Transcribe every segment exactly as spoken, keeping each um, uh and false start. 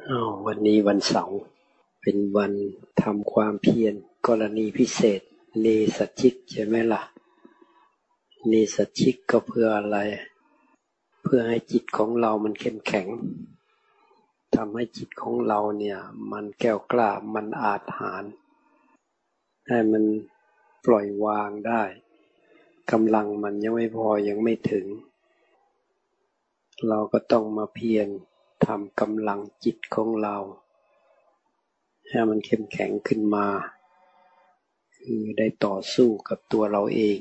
อ้าววันนี้วันเสาร์เป็นวันทำความเพียรกรณีพิเศษเนสัชชิกใช่ไหมล่ะเนสัชชิกก็เพื่ออะไรเพื่อให้จิตของเรามันเข้มแข็งทำให้จิตของเราเนี่ยมันแก้วกล้ามันอาจหาญให้มันปล่อยวางได้กำลังมันยังไม่พอยังไม่ถึงเราก็ต้องมาเพียรทำกำลังจิตของเราให้มันเข้มแข็งขึ้นมาคือได้ต่อสู้กับตัวเราเอง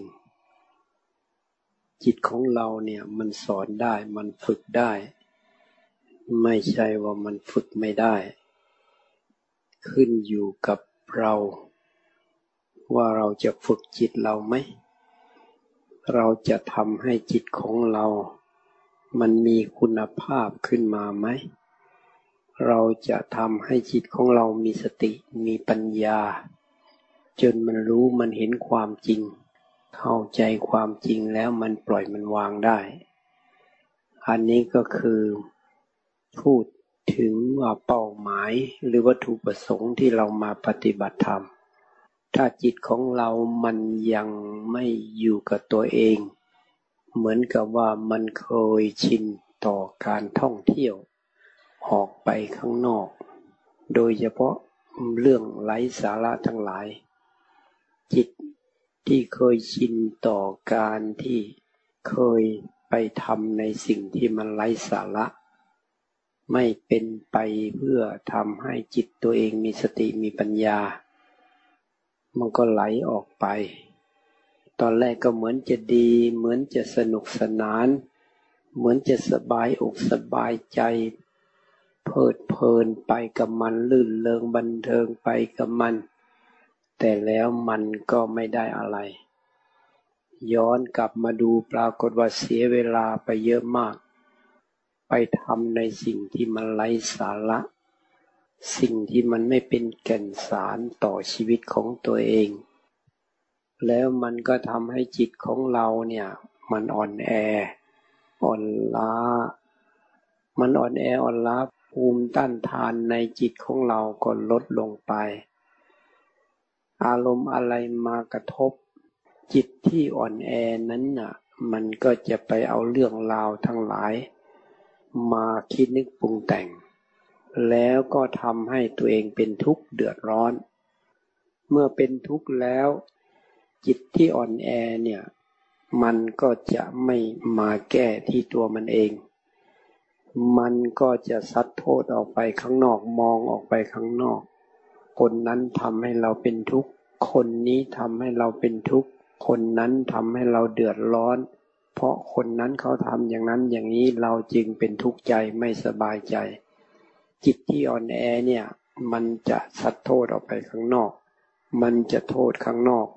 จิตของเราเนี่ยมันสอนได้มันฝึกได้ไม่ใช่ว่ามันฝึกไม่ได้ขึ้นอยู่กับเราว่าเราจะฝึกจิตเราไหมเราจะทำให้จิตของเรามันมีคุณภาพขึ้นมาไหมเราจะทำให้จิตของเรามีสติมีปัญญาจนมันรู้มันเห็นความจริงเข้าใจความจริงแล้วมันปล่อยมันวางได้อันนี้ก็คือพูดถึงว่าเป้าหมายหรือวัตถุประสงค์ที่เรามาปฏิบัติธรรมถ้าจิตของเรามันยังไม่อยู่กับตัวเองเหมือนกับว่ามันเคยชินต่อการท่องเที่ยวออกไปข้างนอกโดยเฉพาะเรื่องไร้สาระทั้งหลายจิตที่เคยชินต่อการที่เคยไปทำในสิ่งที่มันไร้สาระไม่เป็นไปเพื่อทำให้จิตตัวเองมีสติมีปัญญามันก็ไหลออกไปตอนแรกก็เหมือนจะดีเหมือนจะสนุกสนานเหมือนจะสบายอกสบายใจเพลิดเพลินไปกับมันลื่นเริงบันเทิงไปกับมันแต่แล้วมันก็ไม่ได้อะไรย้อนกลับมาดูปรากฏว่าเสียเวลาไปเยอะมากไปทำในสิ่งที่มันไร้สาระสิ่งที่มันไม่เป็นแก่นสารต่อชีวิตของตัวเองแล้วมันก็ทำให้จิตของเราเนี่ยมันอ่อนแออ่อนล้ามันอ่อนแออ่อนล้าภูมิต้านทานในจิตของเราก็ลดลงไปอารมณ์อะไรมากระทบจิตที่อ่อนแอนั้นน่ะมันก็จะไปเอาเรื่องราวทั้งหลายมาคิดนึกปรุงแต่งแล้วก็ทำให้ตัวเองเป็นทุกข์เดือดร้อนเมื่อเป็นทุกข์แล้วจิตที่อ่อนแอเนี่ยมันก็จะไม่มาแก้ที่ตัวมันเองมันก็จะซัดโทษออกไปข้างนอกมองออกไปข้างนอกคนนั้นทำให้เราเป็นทุกข์คนนี้ทำให้เราเป็นทุกข์คนนั้นทำให้เราเดือดร้อนเพราะคนนั้นเขาทำอย่างนั้นอย่างนี้เราจึงเป็นทุกข์ใจไม่สบายใจจิตที่อ่อนแอเนี่ยมันจะซัดโทษออกไปข้างนอกมันจะโทษข้างนอก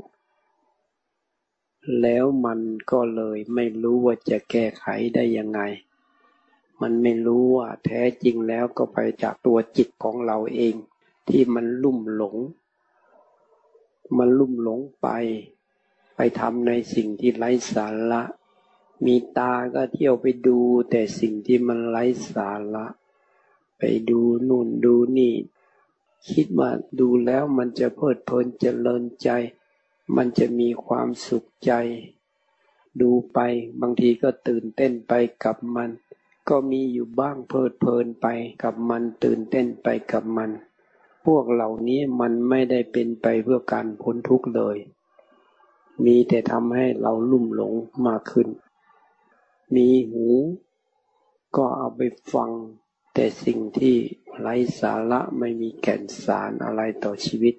แล้วมันก็เลยไม่รู้ว่าจะแก้ไขได้ยังไงมันไม่รู้ว่าแท้จริงแล้วก็ไปจากตัวจิตของเราเองที่มันลุ่มหลงมันลุ่มหลงไปไปทำในสิ่งที่ไร้สาระมีตาก็เที่ยวไปดูแต่สิ่งที่มันไร้สาระไปดูนู่นดูนี่คิดว่าดูแล้วมันจะเพลิดเพลินเจริญใจมันจะมีความสุขใจดูไปบางทีก็ตื่นเต้นไปกับมันก็มีอยู่บ้างเพลิดเพลินไปกับมันตื่นเต้นไปกับมันพวกเหล่านี้มันไม่ได้เป็นไปเพื่อการพ้นทุกข์เลยมีแต่ทำให้เราลุ่มหลงมากขึ้นมีหูก็เอาไปฟังแต่สิ่งที่ไร้สาระไม่มีแก่นสารอะไรต่อชีวิต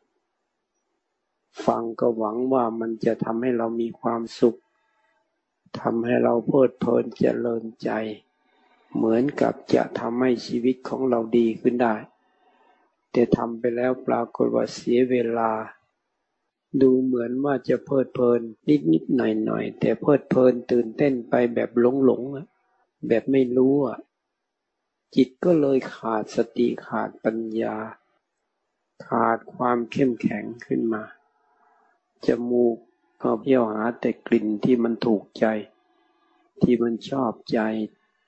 ฟังก็หวังว่ามันจะทำให้เรามีความสุขทำให้เราเพลิดเพลินเจริญใจเหมือนกับจะทำให้ชีวิตของเราดีขึ้นได้แต่ทำไปแล้วปรากฏว่าเสียเวลาดูเหมือนว่าจะเพลิดเพลินนิดๆหน่อยๆแต่เพลิดเพลินตื่นเต้นไปแบบหลงๆแบบไม่รู้อ่ะจิตก็เลยขาดสติขาดปัญญาขาดความเข้มแข็งขึ้นมาจมูกก็เที่ยวหาแต่กลิ่นที่มันถูกใจที่มันชอบใจ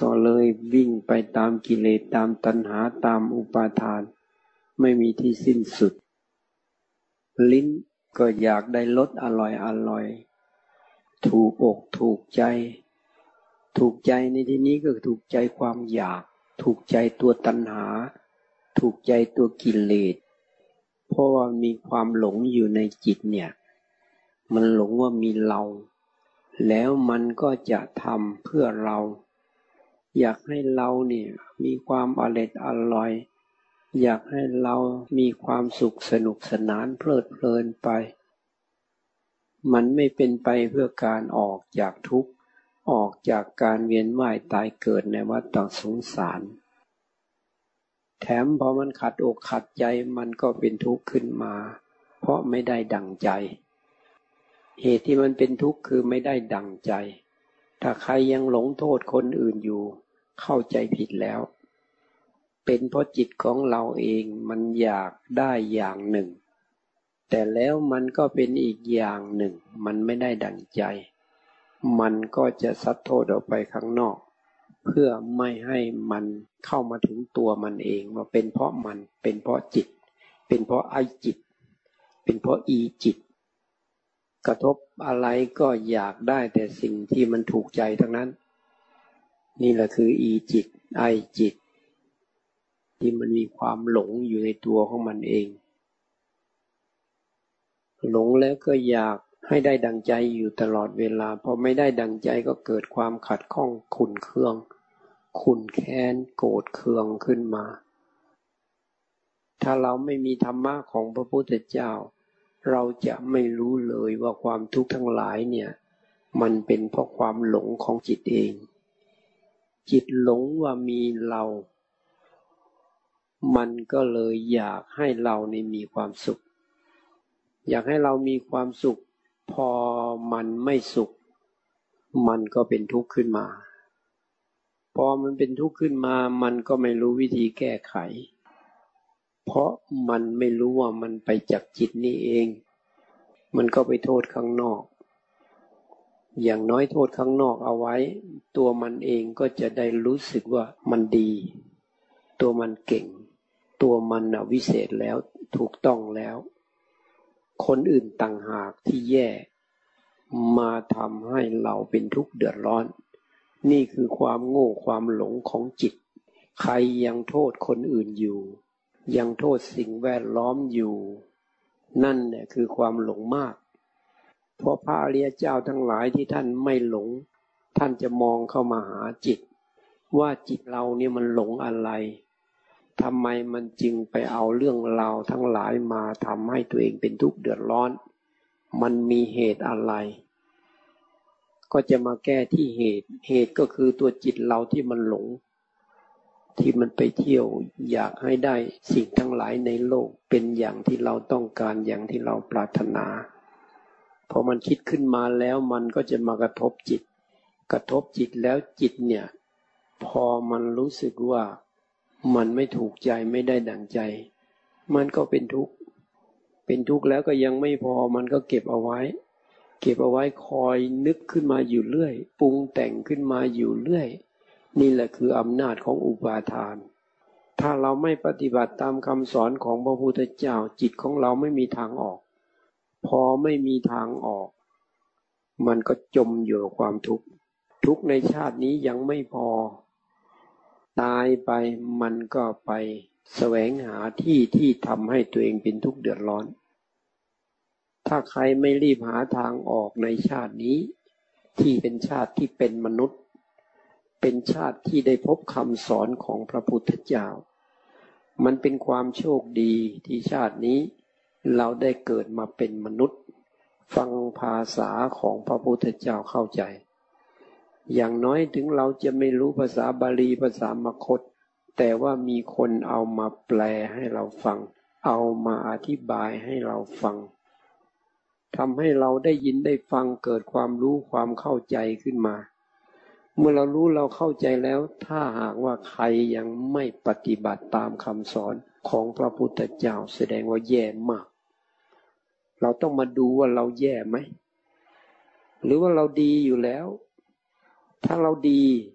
ก็เลยวิ่งไปตามกิเลสตามตัณหาตามอุปาทานไม่มีที่สิ้นสุดลิ้นก็อยากได้รสอร่อยอร่อยถูกอกถูกใจถูกใจในที่นี้ก็ถูกใจความอยากถูกใจตัวตัณหาถูกใจตัวกิเลสเพราะว่ามีความหลงอยู่ในจิตเนี่ยมันหลงว่ามีเราแล้วมันก็จะทำเพื่อเราอยากให้เราเนี่ยมีความอร่อยอร่อยอยากให้เรามีความสุขสนุกสนานเพลิดเพลินไปมันไม่เป็นไปเพื่อการออกจากทุกข์ออกจากการเวียนว่ายตายเกิดในวัฏสงสารแถมพอมันขัดอกขัดใจมันก็เป็นทุกข์ขึ้นมาเพราะไม่ได้ดั่งใจเหตุที่มันเป็นทุกข์คือไม่ได้ดั่งใจถ้าใครยังหลงโทษคนอื่นอยู่เข้าใจผิดแล้วเป็นเพราะจิตของเราเองมันอยากได้อย่างหนึ่งแต่แล้วมันก็เป็นอีกอย่างหนึ่งมันไม่ได้ดั่งใจมันก็จะซัดโทษออกไปข้างนอกเพื่อไม่ให้มันเข้ามาถึงตัวมันเองว่าเป็นเพราะมันเป็นเพราะจิตเป็นเพราะไอจิตเป็นเพราะอีจิตกระทบอะไรก็อยากได้แต่สิ่งที่มันถูกใจทั้งนั้นนี่แหละคืออีจิตไอจิตที่มันมีความหลงอยู่ในตัวของมันเองหลงแล้วก็อยากให้ได้ดังใจอยู่ตลอดเวลาพอไม่ได้ดังใจก็เกิดความขัดข้องขุ่นเคืองขุ่นแค้นโกรธเคืองขึ้นมาถ้าเราไม่มีธรรมะของพระพุทธเจ้าเราจะไม่รู้เลยว่าความทุกข์ทั้งหลายเนี่ยมันเป็นเพราะความหลงของจิตเองจิตหลงว่ามีเรามันก็เลยอยากให้เรานี่มีความสุขอยากให้เรามีความสุขพอมันไม่สุขมันก็เป็นทุกข์ขึ้นมาพอมันเป็นทุกข์ขึ้นมามันก็ไม่รู้วิธีแก้ไขเพราะมันไม่รู้ว่ามันไปจากจิตนี่เองมันก็ไปโทษข้างนอกอย่างน้อยโทษข้างนอกเอาไว้ตัวมันเองก็จะได้รู้สึกว่ามันดีตัวมันเก่งตัวมันน่ะวิเศษแล้วถูกต้องแล้วคนอื่นต่างหากที่แย่มาทำให้เราเป็นทุกข์เดือดร้อนนี่คือความโง่ความหลงของจิตใครยังโทษคนอื่นอยู่ยังโทษสิ่งแวดล้อมอยู่นั่นแหละคือความหลงมากเพราะพระอริยเจ้าทั้งหลายที่ท่านไม่หลงท่านจะมองเข้ามาหาจิตว่าจิตเราเนี่ยมันหลงอะไรทำไมมันจึงไปเอาเรื่องราวทั้งหลายมาทำให้ตัวเองเป็นทุกข์เดือดร้อนมันมีเหตุอะไรก็จะมาแก้ที่เหตุเหตุก็คือตัวจิตเราที่มันหลงที่มันไปเที่ยวอยากให้ได้สิ่งทั้งหลายในโลกเป็นอย่างที่เราต้องการอย่างที่เราปรารถนาพอมันคิดขึ้นมาแล้วมันก็จะมากระทบจิตกระทบจิตแล้วจิตเนี่ยพอมันรู้สึกว่ามันไม่ถูกใจไม่ได้ดั่งใจมันก็เป็นทุกข์เป็นทุกข์แล้วก็ยังไม่พอมันก็เก็บเอาไว้เก็บเอาไว้คอยนึกขึ้นมาอยู่เรื่อยปรุงแต่งขึ้นมาอยู่เรื่อยนี่แหละคืออำนาจของอุปาทานถ้าเราไม่ปฏิบัติตามคำสอนของพระพุทธเจ้าจิตของเราไม่มีทางออกพอไม่มีทางออกมันก็จมอยู่กับความทุกข์ทุกข์ในชาตินี้ยังไม่พอตายไปมันก็ไปแสวงหาที่ที่ทำให้ตัวเองเป็นทุกข์เดือดร้อนถ้าใครไม่รีบหาทางออกในชาตินี้ที่เป็นชาติที่เป็นมนุษย์เป็นชาติที่ได้พบคำสอนของพระพุทธเจ้ามันเป็นความโชคดีที่ชาตินี้เราได้เกิดมาเป็นมนุษย์ฟังภาษาของพระพุทธเจ้าเข้าใจอย่างน้อยถึงเราจะไม่รู้ภาษาบาลีภาษามคธแต่ว่ามีคนเอามาแปลให้เราฟังเอามาอธิบายให้เราฟังทำให้เราได้ยินได้ฟังเกิดความรู้ความเข้าใจขึ้นมาเมื่อเรารู้เราเข้าใจแล้วถ้าหากว่าใครยังไม่ปฏิบัติตามคำสอนของพระพุทธเจ้าแสดงว่าแย่มากเราต้องมาดูว่าเราแย่ไหมหรือว่าเราดีอยู่แล้วถ้าเราดี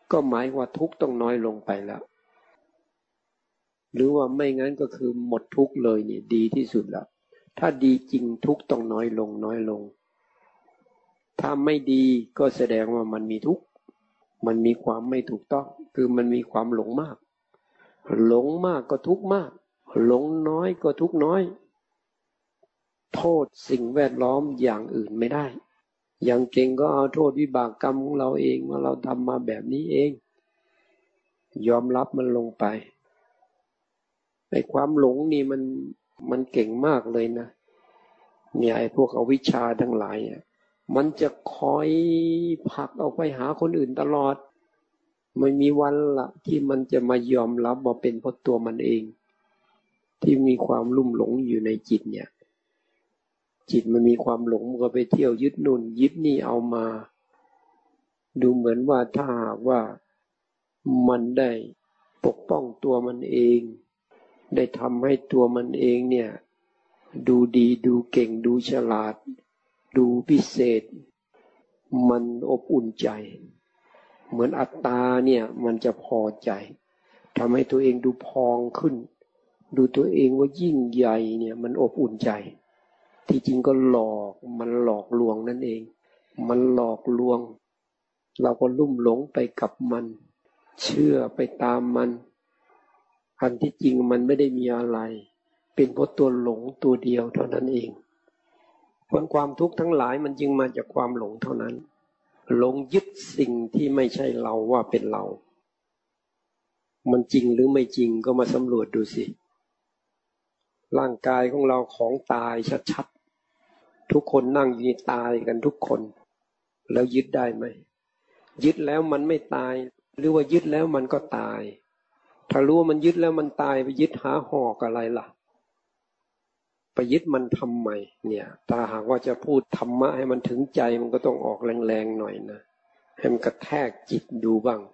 ก็หมายว่าทุกข์ต้องน้อยลงไปแล้วหรือว่าไม่งั้นก็คือหมดทุกข์เลยนี่ดีที่สุดแล้วถ้าดีจริงทุกข์ต้องน้อยลงน้อยลงถ้าไม่ดีก็แสดงว่ามันมีทุกข์มันมีความไม่ถูกต้องคือมันมีความหลงมากหลงมากก็ทุกข์มากหลงน้อยก็ทุกข์น้อยโทษสิ่งแวดล้อมอย่างอื่นไม่ได้อย่างเก่งก็เอาโทษวิบากกรรมของเราเองว่าเราทำมาแบบนี้เองยอมรับมันลงไปไอ้ความหลงนี่มันมันเก่งมากเลยนะเนี่ยไอ้พวกอวิชชาทั้งหลายอ่ะมันจะคอยผลักออกไปหาคนอื่นตลอดไม่มีวันละที่มันจะมายอมรับว่าเป็นเพราะตัวมันเองที่มีความลุ่มหลงอยู่ในจิตเนี่ยจิตมันมีความหลงมันก็ไปเที่ยวยึดนู่นยึดนี่เอามาดูเหมือนว่าถ้าหากว่ามันได้ปกป้องตัวมันเองได้ทำให้ตัวมันเองเนี่ยดูดีดูเก่งดูฉลาดดูพิเศษมันอบอุ่นใจเหมือนอัตตาเนี่ยมันจะพอใจทำให้ตัวเองดูพองขึ้นดูตัวเองว่ายิ่งใหญ่เนี่ยมันอบอุ่นใจที่จริงก็หลอกมันหลอกลวงนั่นเองมันหลอกลวงเราก็ลุ่มหลงไปกับมันเชื่อไปตามมันอันที่จริงมันไม่ได้มีอะไรเป็นเพราะตัวหลงตัวเดียวเท่านั้นเองผลความทุกข์ทั้งหลายมันจึงมาจากความหลงเท่านั้นหลงยึดสิ่งที่ไม่ใช่เราว่าเป็นเรามันจริงหรือไม่จริงก็มาสำรวจดูสิร่างกายของเราของตายชัดๆทุกคนนั่งอยู่นี่ตายกันทุกคนแล้วยึดได้ไหมยึดแล้วมันไม่ตายหรือว่ายึดแล้วมันก็ตายถ้ารู้ว่ามันยึดแล้วมันตายไปยึดหาหอกอะไรล่ะไปยึดมันทำไมเนี่ยถ้าหากว่าจะพูดธรรมะให้มันถึงใจมันก็ต้องออกแรงๆหน่อยนะให้มันกระแทกจิตดูบ้าง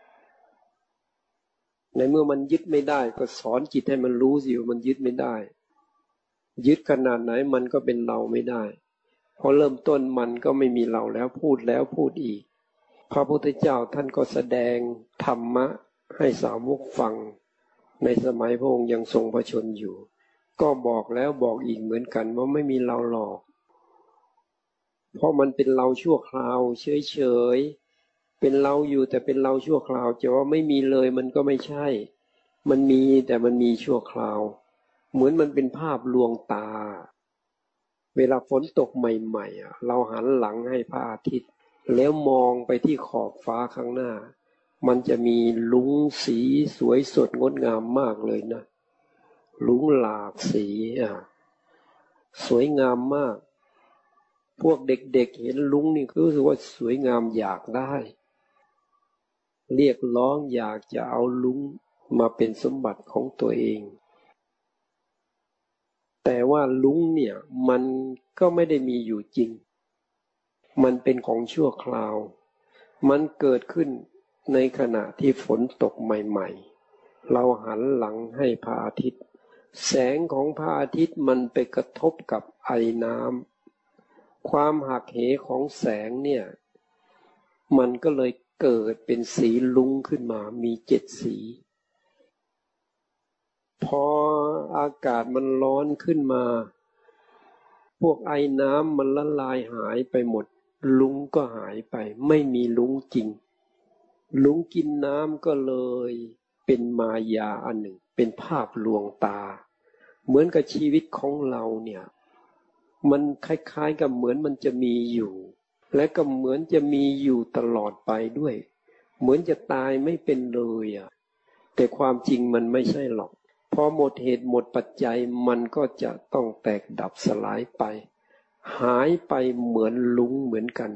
ในเมื่อมันยึดไม่ได้ก็สอนจิตให้มันรู้สิว่ามันยึดไม่ได้ยึดขนาดไหนมันก็เป็นเราไม่ได้พอเริ่มต้นมันก็ไม่มีเราแล้วพูดแล้วพูดอีกพระพุทธเจ้าท่านก็แสดงธรรมะให้สาวกฟังในสมัยพระองค์ยังทรงพระชนอยู่ก็บอกแล้วบอกอีกเหมือนกันว่าไม่มีเราหรอกเพราะมันเป็นเราชั่วคราวเฉยๆเป็นเราอยู่แต่เป็นเราชั่วคราวจะว่าไม่มีเลยมันก็ไม่ใช่มันมีแต่มันมีชั่วคราวเหมือนมันเป็นภาพลวงตาเวลาฝนตกใหม่ๆเราหันหลังให้พระอาทิตย์แล้วมองไปที่ขอบฟ้าข้างหน้ามันจะมีลุ้งสีสวยสดงดงามมากเลยนะลุ้งหลากสีอ่ะสวยงามมากพวกเด็กๆเห็นลุ้งนี่รู้สึกว่าสวยงามอยากได้เรียกร้องอยากจะเอาลุ้งมาเป็นสมบัติของตัวเองแต่ว่าลุ้งเนี่ยมันก็ไม่ได้มีอยู่จริงมันเป็นของชั่วคราวมันเกิดขึ้นในขณะที่ฝนตกใหม่ๆเราหันหลังให้พระอาทิตย์แสงของพระอาทิตย์มันไปกระทบกับไอน้ำความหักเหของแสงเนี่ยมันก็เลยเกิดเป็นสีลุ้งขึ้นมามีเจ็ดสีพออากาศมันร้อนขึ้นมาพวกไอน้ำมันละลายหายไปหมดลุ้งก็หายไปไม่มีลุ้งจริงลุ้งกินน้ำก็เลยเป็นมายาอันหนึ่งเป็นภาพลวงตาเหมือนกับชีวิตของเราเนี่ยมันคล้ายๆกับเหมือนมันจะมีอยู่และก็เหมือนจะมีอยู่ตลอดไปด้วยเหมือนจะตายไม่เป็นเลยอ่ะแต่ความจริงมันไม่ใช่หรอกพอหมดเหตุหมดปัจจัยมันก็จะต้องแตกดับสลายไปหายไปเหมือนลุ้งเหมือนกัน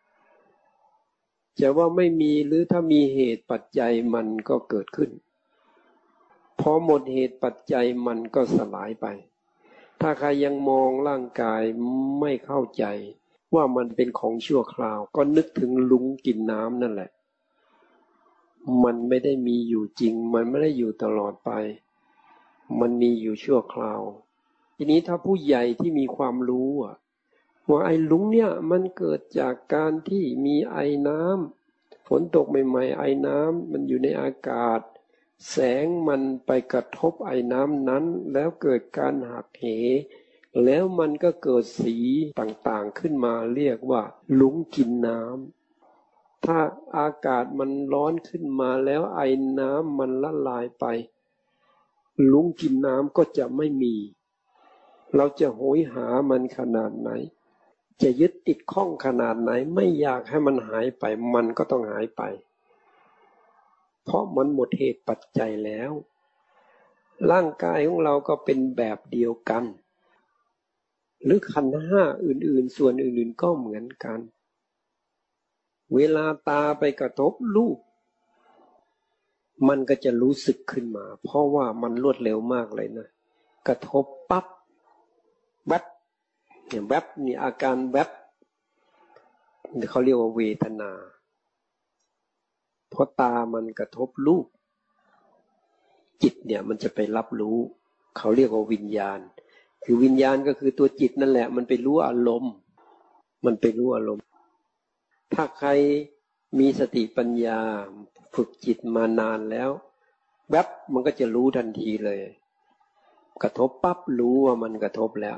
จะว่าไม่มีหรือถ้ามีเหตุปัจจัยมันก็เกิดขึ้นพอหมดเหตุปัจจัยมันก็สลายไปถ้าใครยังมองร่างกายไม่เข้าใจว่ามันเป็นของชั่วคราวก็นึกถึงลุ้งกินน้ำนั่นแหละมันไม่ได้มีอยู่จริงมันไม่ได้อยู่ตลอดไปมันมีอยู่ชั่วคราวทีนี้ถ้าผู้ใหญ่ที่มีความรู้อะว่าไอ้ลุ้งเนี่ยมันเกิดจากการที่มีไอน้ฝนตกใหม่ๆไอน้ำมันอยู่ในอากาศแสงมันไปกระทบไอน้ำนั้นแล้วเกิดการหักเหแล้วมันก็เกิดสีต่างๆขึ้นมาเรียกว่าลุ้งกินน้ำถ้าอากาศมันร้อนขึ้นมาแล้วไอน้ำมันละลายไปลุ้งกินน้ำก็จะไม่มีเราจะโหยหามันขนาดไหนจะยึดติดข้องขนาดไหนไม่อยากให้มันหายไปมันก็ต้องหายไปเพราะมันหมดเหตุปัจจัยแล้วร่างกายของเราก็เป็นแบบเดียวกันหรือขันธ์ห้าอื่นๆส่วนอื่นๆก็เหมือนกันเวลาตาไปกระทบรูปมันก็จะรู้สึกขึ้นมาเพราะว่ามันรวดเร็วมากเลยนะกระทบปั๊บแวบเนี่ยแวบนี่อาการแวบเขาเรียกว่าเวทนาเพราะตามันกระทบรูปจิตเนี่ยมันจะไปรับรู้เขาเรียกว่าวิญญาณคือวิญญาณก็คือตัวจิตนั่นแหละมันไปรู้อารมณ์มันไปรู้อารมณ์ถ้าใครมีสติปัญญาฝึกจิตมานานแล้วแวบมันก็จะรู้ทันทีเลยกระทบปั๊บรู้ว่ามันกระทบแล้ว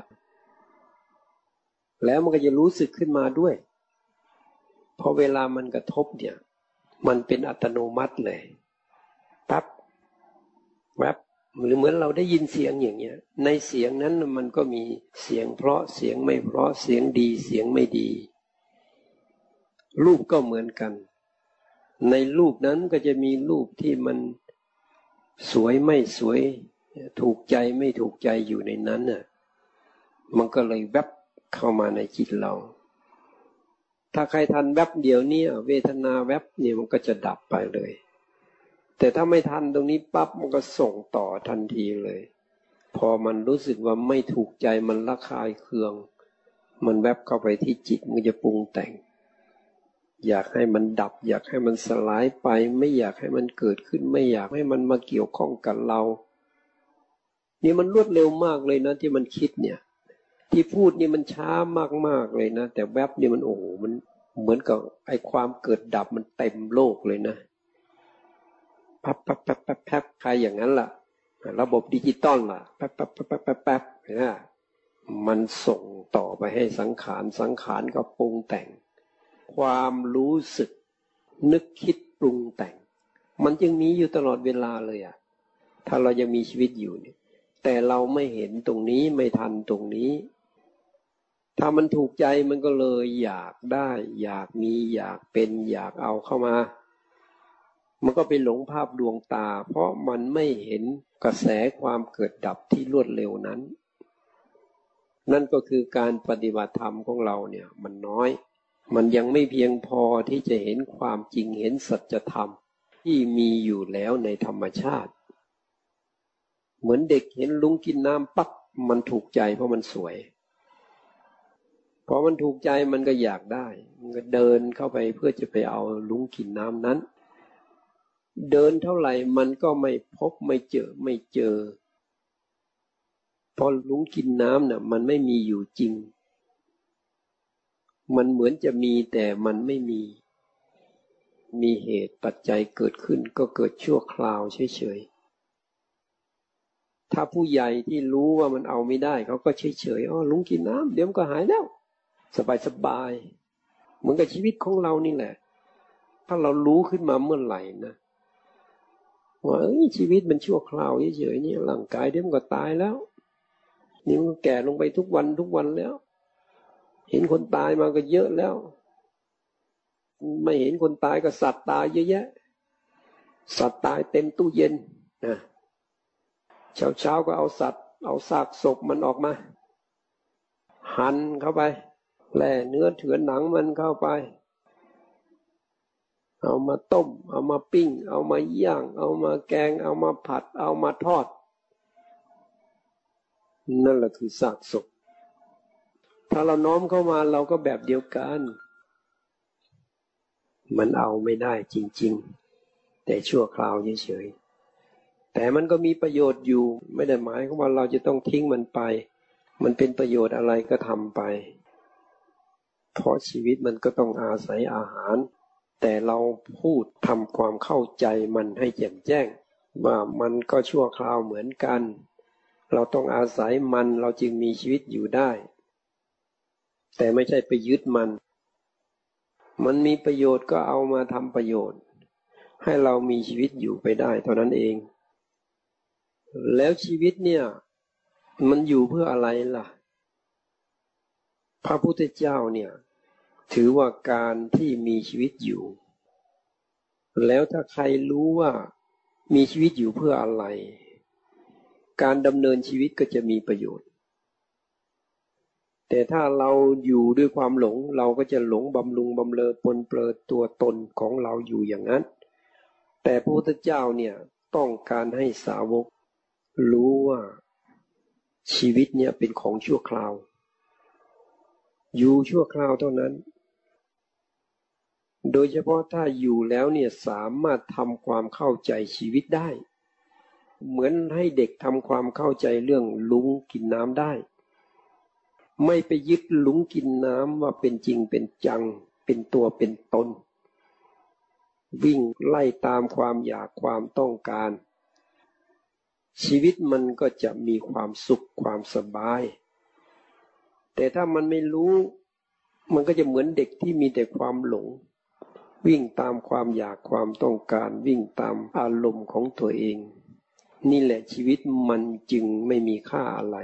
แล้วมันก็จะรู้สึกขึ้นมาด้วยพอเวลามันกระทบเนี่ยมันเป็นอัตโนมัติเลยปั๊บแวบหรือเหมือนเราได้ยินเสียงอย่างเงี้ยในเสียงนั้นมันก็มีเสียงเพราะเสียงไม่เพราะเสียงดีเสียงไม่ดีรูปก็เหมือนกันในรูปนั้นก็จะมีรูปที่มันสวยไม่สวยถูกใจไม่ถูกใจอยู่ในนั้นน่ะมันก็เลยแวบเข้ามาในจิตเราถ้าใครทันแวบเดียวนี้เวทนาแวบเนี่ยมันก็จะดับไปเลยแต่ถ้าไม่ทันตรงนี้ปั๊บมันก็ส่งต่อทันทีเลยพอมันรู้สึกว่าไม่ถูกใจมันระคายเคืองมันแวบเข้าไปที่จิตมันจะปรุงแต่งอยากให้มันดับอยากให้มันสลายไปไม่อยากให้มันเกิดขึ้นไม่อยากให้มันมาเกี่ยวข้องกับเรานี่มันรวดเร็วมากเลยนะที่มันคิดเนี่ยที่พูดนี่มันช้ามากๆเลยนะแต่แวบนี่มันโอ้โหมันเหมือนกับไอ้ความเกิดดับมันเต็มโลกเลยนะปั๊บปั๊บปั๊บปั๊บปั๊บใครอย่างนั้นล่ะระบบดิจิตอลล่ะปั๊บปั๊บปั๊บปั๊บปั๊บปั๊บเนี่ยมันส่งต่อไปให้สังขารสังขารก็ปรุงแต่งความรู้สึกนึกคิดปรุงแต่งมันยังมีอยู่ตลอดเวลาเลยอ่ะถ้าเรายังมีชีวิตอยู่เนี่ยแต่เราไม่เห็นตรงนี้ไม่ทันตรงนี้ถ้ามันถูกใจมันก็เลยอยากได้อยากมีอยากเป็นอยากเอาเข้ามามันก็ไปหลงภาพดวงตาเพราะมันไม่เห็นกระแสความเกิดดับที่รวดเร็วนั้นนั่นก็คือการปฏิบัติธรรมของเราเนี่ยมันน้อยมันยังไม่เพียงพอที่จะเห็นความจริงเห็นสัจธรรมที่มีอยู่แล้วในธรรมชาติเหมือนเด็กเห็นลุงกินน้ำปั๊บมันถูกใจเพราะมันสวยพอมันถูกใจมันก็อยากได้มันก็เดินเข้าไปเพื่อจะไปเอาลุงกินน้ำนั้นเดินเท่าไหร่มันก็ไม่พบไม่เจอไม่เจอพอลุงกินน้ำน่ะมันไม่มีอยู่จริงมันเหมือนจะมีแต่มันไม่มีมีเหตุปัจจัยเกิดขึ้นก็เกิดชั่วคราวเฉยๆถ้าผู้ใหญ่ที่รู้ว่ามันเอาไม่ได้เขาก็เฉยๆอ๋อลุงกินน้ำเดี๋ยวมันก็หายแล้วสบายๆเหมือนกับชีวิตของเรานี่แหละถ้าเรารู้ขึ้นมาเมื่อไหร่นะว่าเอ้ยชีวิตมันชั่วคราวเฉยๆนี่ร่างกายเดี๋ยวมันก็ตายแล้วนี่มันก็แก่ลงไปทุกวันทุกวันแล้วเห็นคนตายมาก็เยอะแล้วไม่เห็นคนตายก็สัตว์ตายเยอะแยะสัตว์ตายเต็มตู้เย็นนะเช้าเช้าก็เอาสัตว์เอาซากศพมันออกมาหั่นเข้าไปแล่เนื้อเถือนหนังมันเข้าไปเอามาต้มเอามาปิ้งเอามาย่างเอามาแกงเอามาผัดเอามาทอดนั่นแหละคือซากศพถ้าเราน้อมเข้ามาเราก็แบบเดียวกันมันเอาไม่ได้จริงๆแต่ชั่วคราวเฉยๆแต่มันก็มีประโยชน์อยู่ไม่ได้หมายความว่าเราจะต้องทิ้งมันไปมันเป็นประโยชน์อะไรก็ทำไปเพราะชีวิตมันก็ต้องอาศัยอาหารแต่เราพูดทำความเข้าใจมันให้แจ่มแจ้งว่ามันก็ชั่วคราวเหมือนกันเราต้องอาศัยมันเราจึงมีชีวิตอยู่ได้แต่ไม่ใช่ไปยึดมันมันมีประโยชน์ก็เอามาทำประโยชน์ให้เรามีชีวิตอยู่ไปได้เท่านั้นเองแล้วชีวิตเนี่ยมันอยู่เพื่ออะไรล่ะพระพุทธเจ้าเนี่ยถือว่าการที่มีชีวิตอยู่แล้วถ้าใครรู้ว่ามีชีวิตอยู่เพื่ออะไรการดำเนินชีวิตก็จะมีประโยชน์แต่ถ้าเราอยู่ด้วยความหลงเราก็จะหลงบำรุงบำเรอปนเปื้อนตัวตนของเราอยู่อย่างนั้นแต่พระพุทธเจ้าเนี่ยต้องการให้สาวกรู้ว่าชีวิตเนี่ยเป็นของชั่วคราวอยู่ชั่วคราวเท่านั้นโดยเฉพาะถ้าอยู่แล้วเนี่ยสามารถทำความเข้าใจชีวิตได้เหมือนให้เด็กทำความเข้าใจเรื่องลุงกินน้ำได้ไม่ไปยึดลุงกินน้ำว่าเป็นจริงเป็นจังเป็นตัวเป็นตนวิ่งไล่ตามความอยากความต้องการชีวิตมันก็จะมีความสุขความสบายแต่ถ้ามันไม่รู้มันก็จะเหมือนเด็กที่มีแต่ความหลงวิ่งตามความอยากความต้องการวิ่งตามอารมณ์ของตัวเองนี่แหละชีวิตมันจึงไม่มีค่าอะไร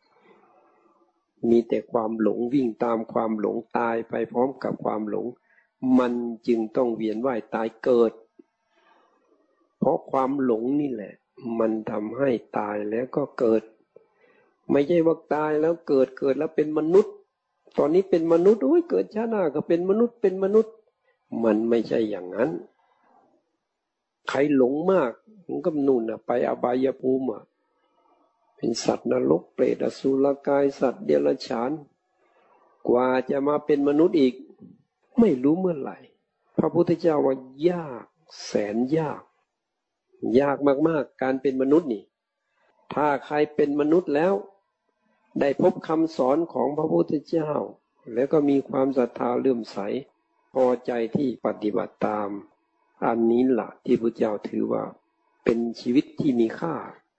มีแต่ความหลงวิ่งตามความหลงตายไปพร้อมกับความหลงมันจึงต้องเวียนว่ายตายเกิดเพราะความหลงนี่แหละมันทำให้ตายแล้วก็เกิดไม่ใช่ว่าตายแล้วเกิดเกิดแล้วเป็นมนุษย์ตอนนี้เป็นมนุษย์โอ้ยเกิดชาติหน้าก็เป็นมนุษย์เป็นมนุษย์มันไม่ใช่อย่างนั้นใครหลงมากมันก็นู่นน่ะไปอบายภูมิอ่ะเป็นสัตว์นรกเปรตอสุรกายสัตว์เดรัจฉานกว่าจะมาเป็นมนุษย์อีกไม่รู้เมื่อไหร่พระพุทธเจ้าว่ายากแสนยากยากมากๆการเป็นมนุษย์นี่ถ้าใครเป็นมนุษย์แล้วได้พบคำสอนของพระพุทธเจ้าแล้วก็มีความศรัทธาเลื่อมใสพอใจที่ปฏิบัติตามอันนี้ล่ะที่พระเจ้าถือว่าเป็นชีวิตที่มีค่า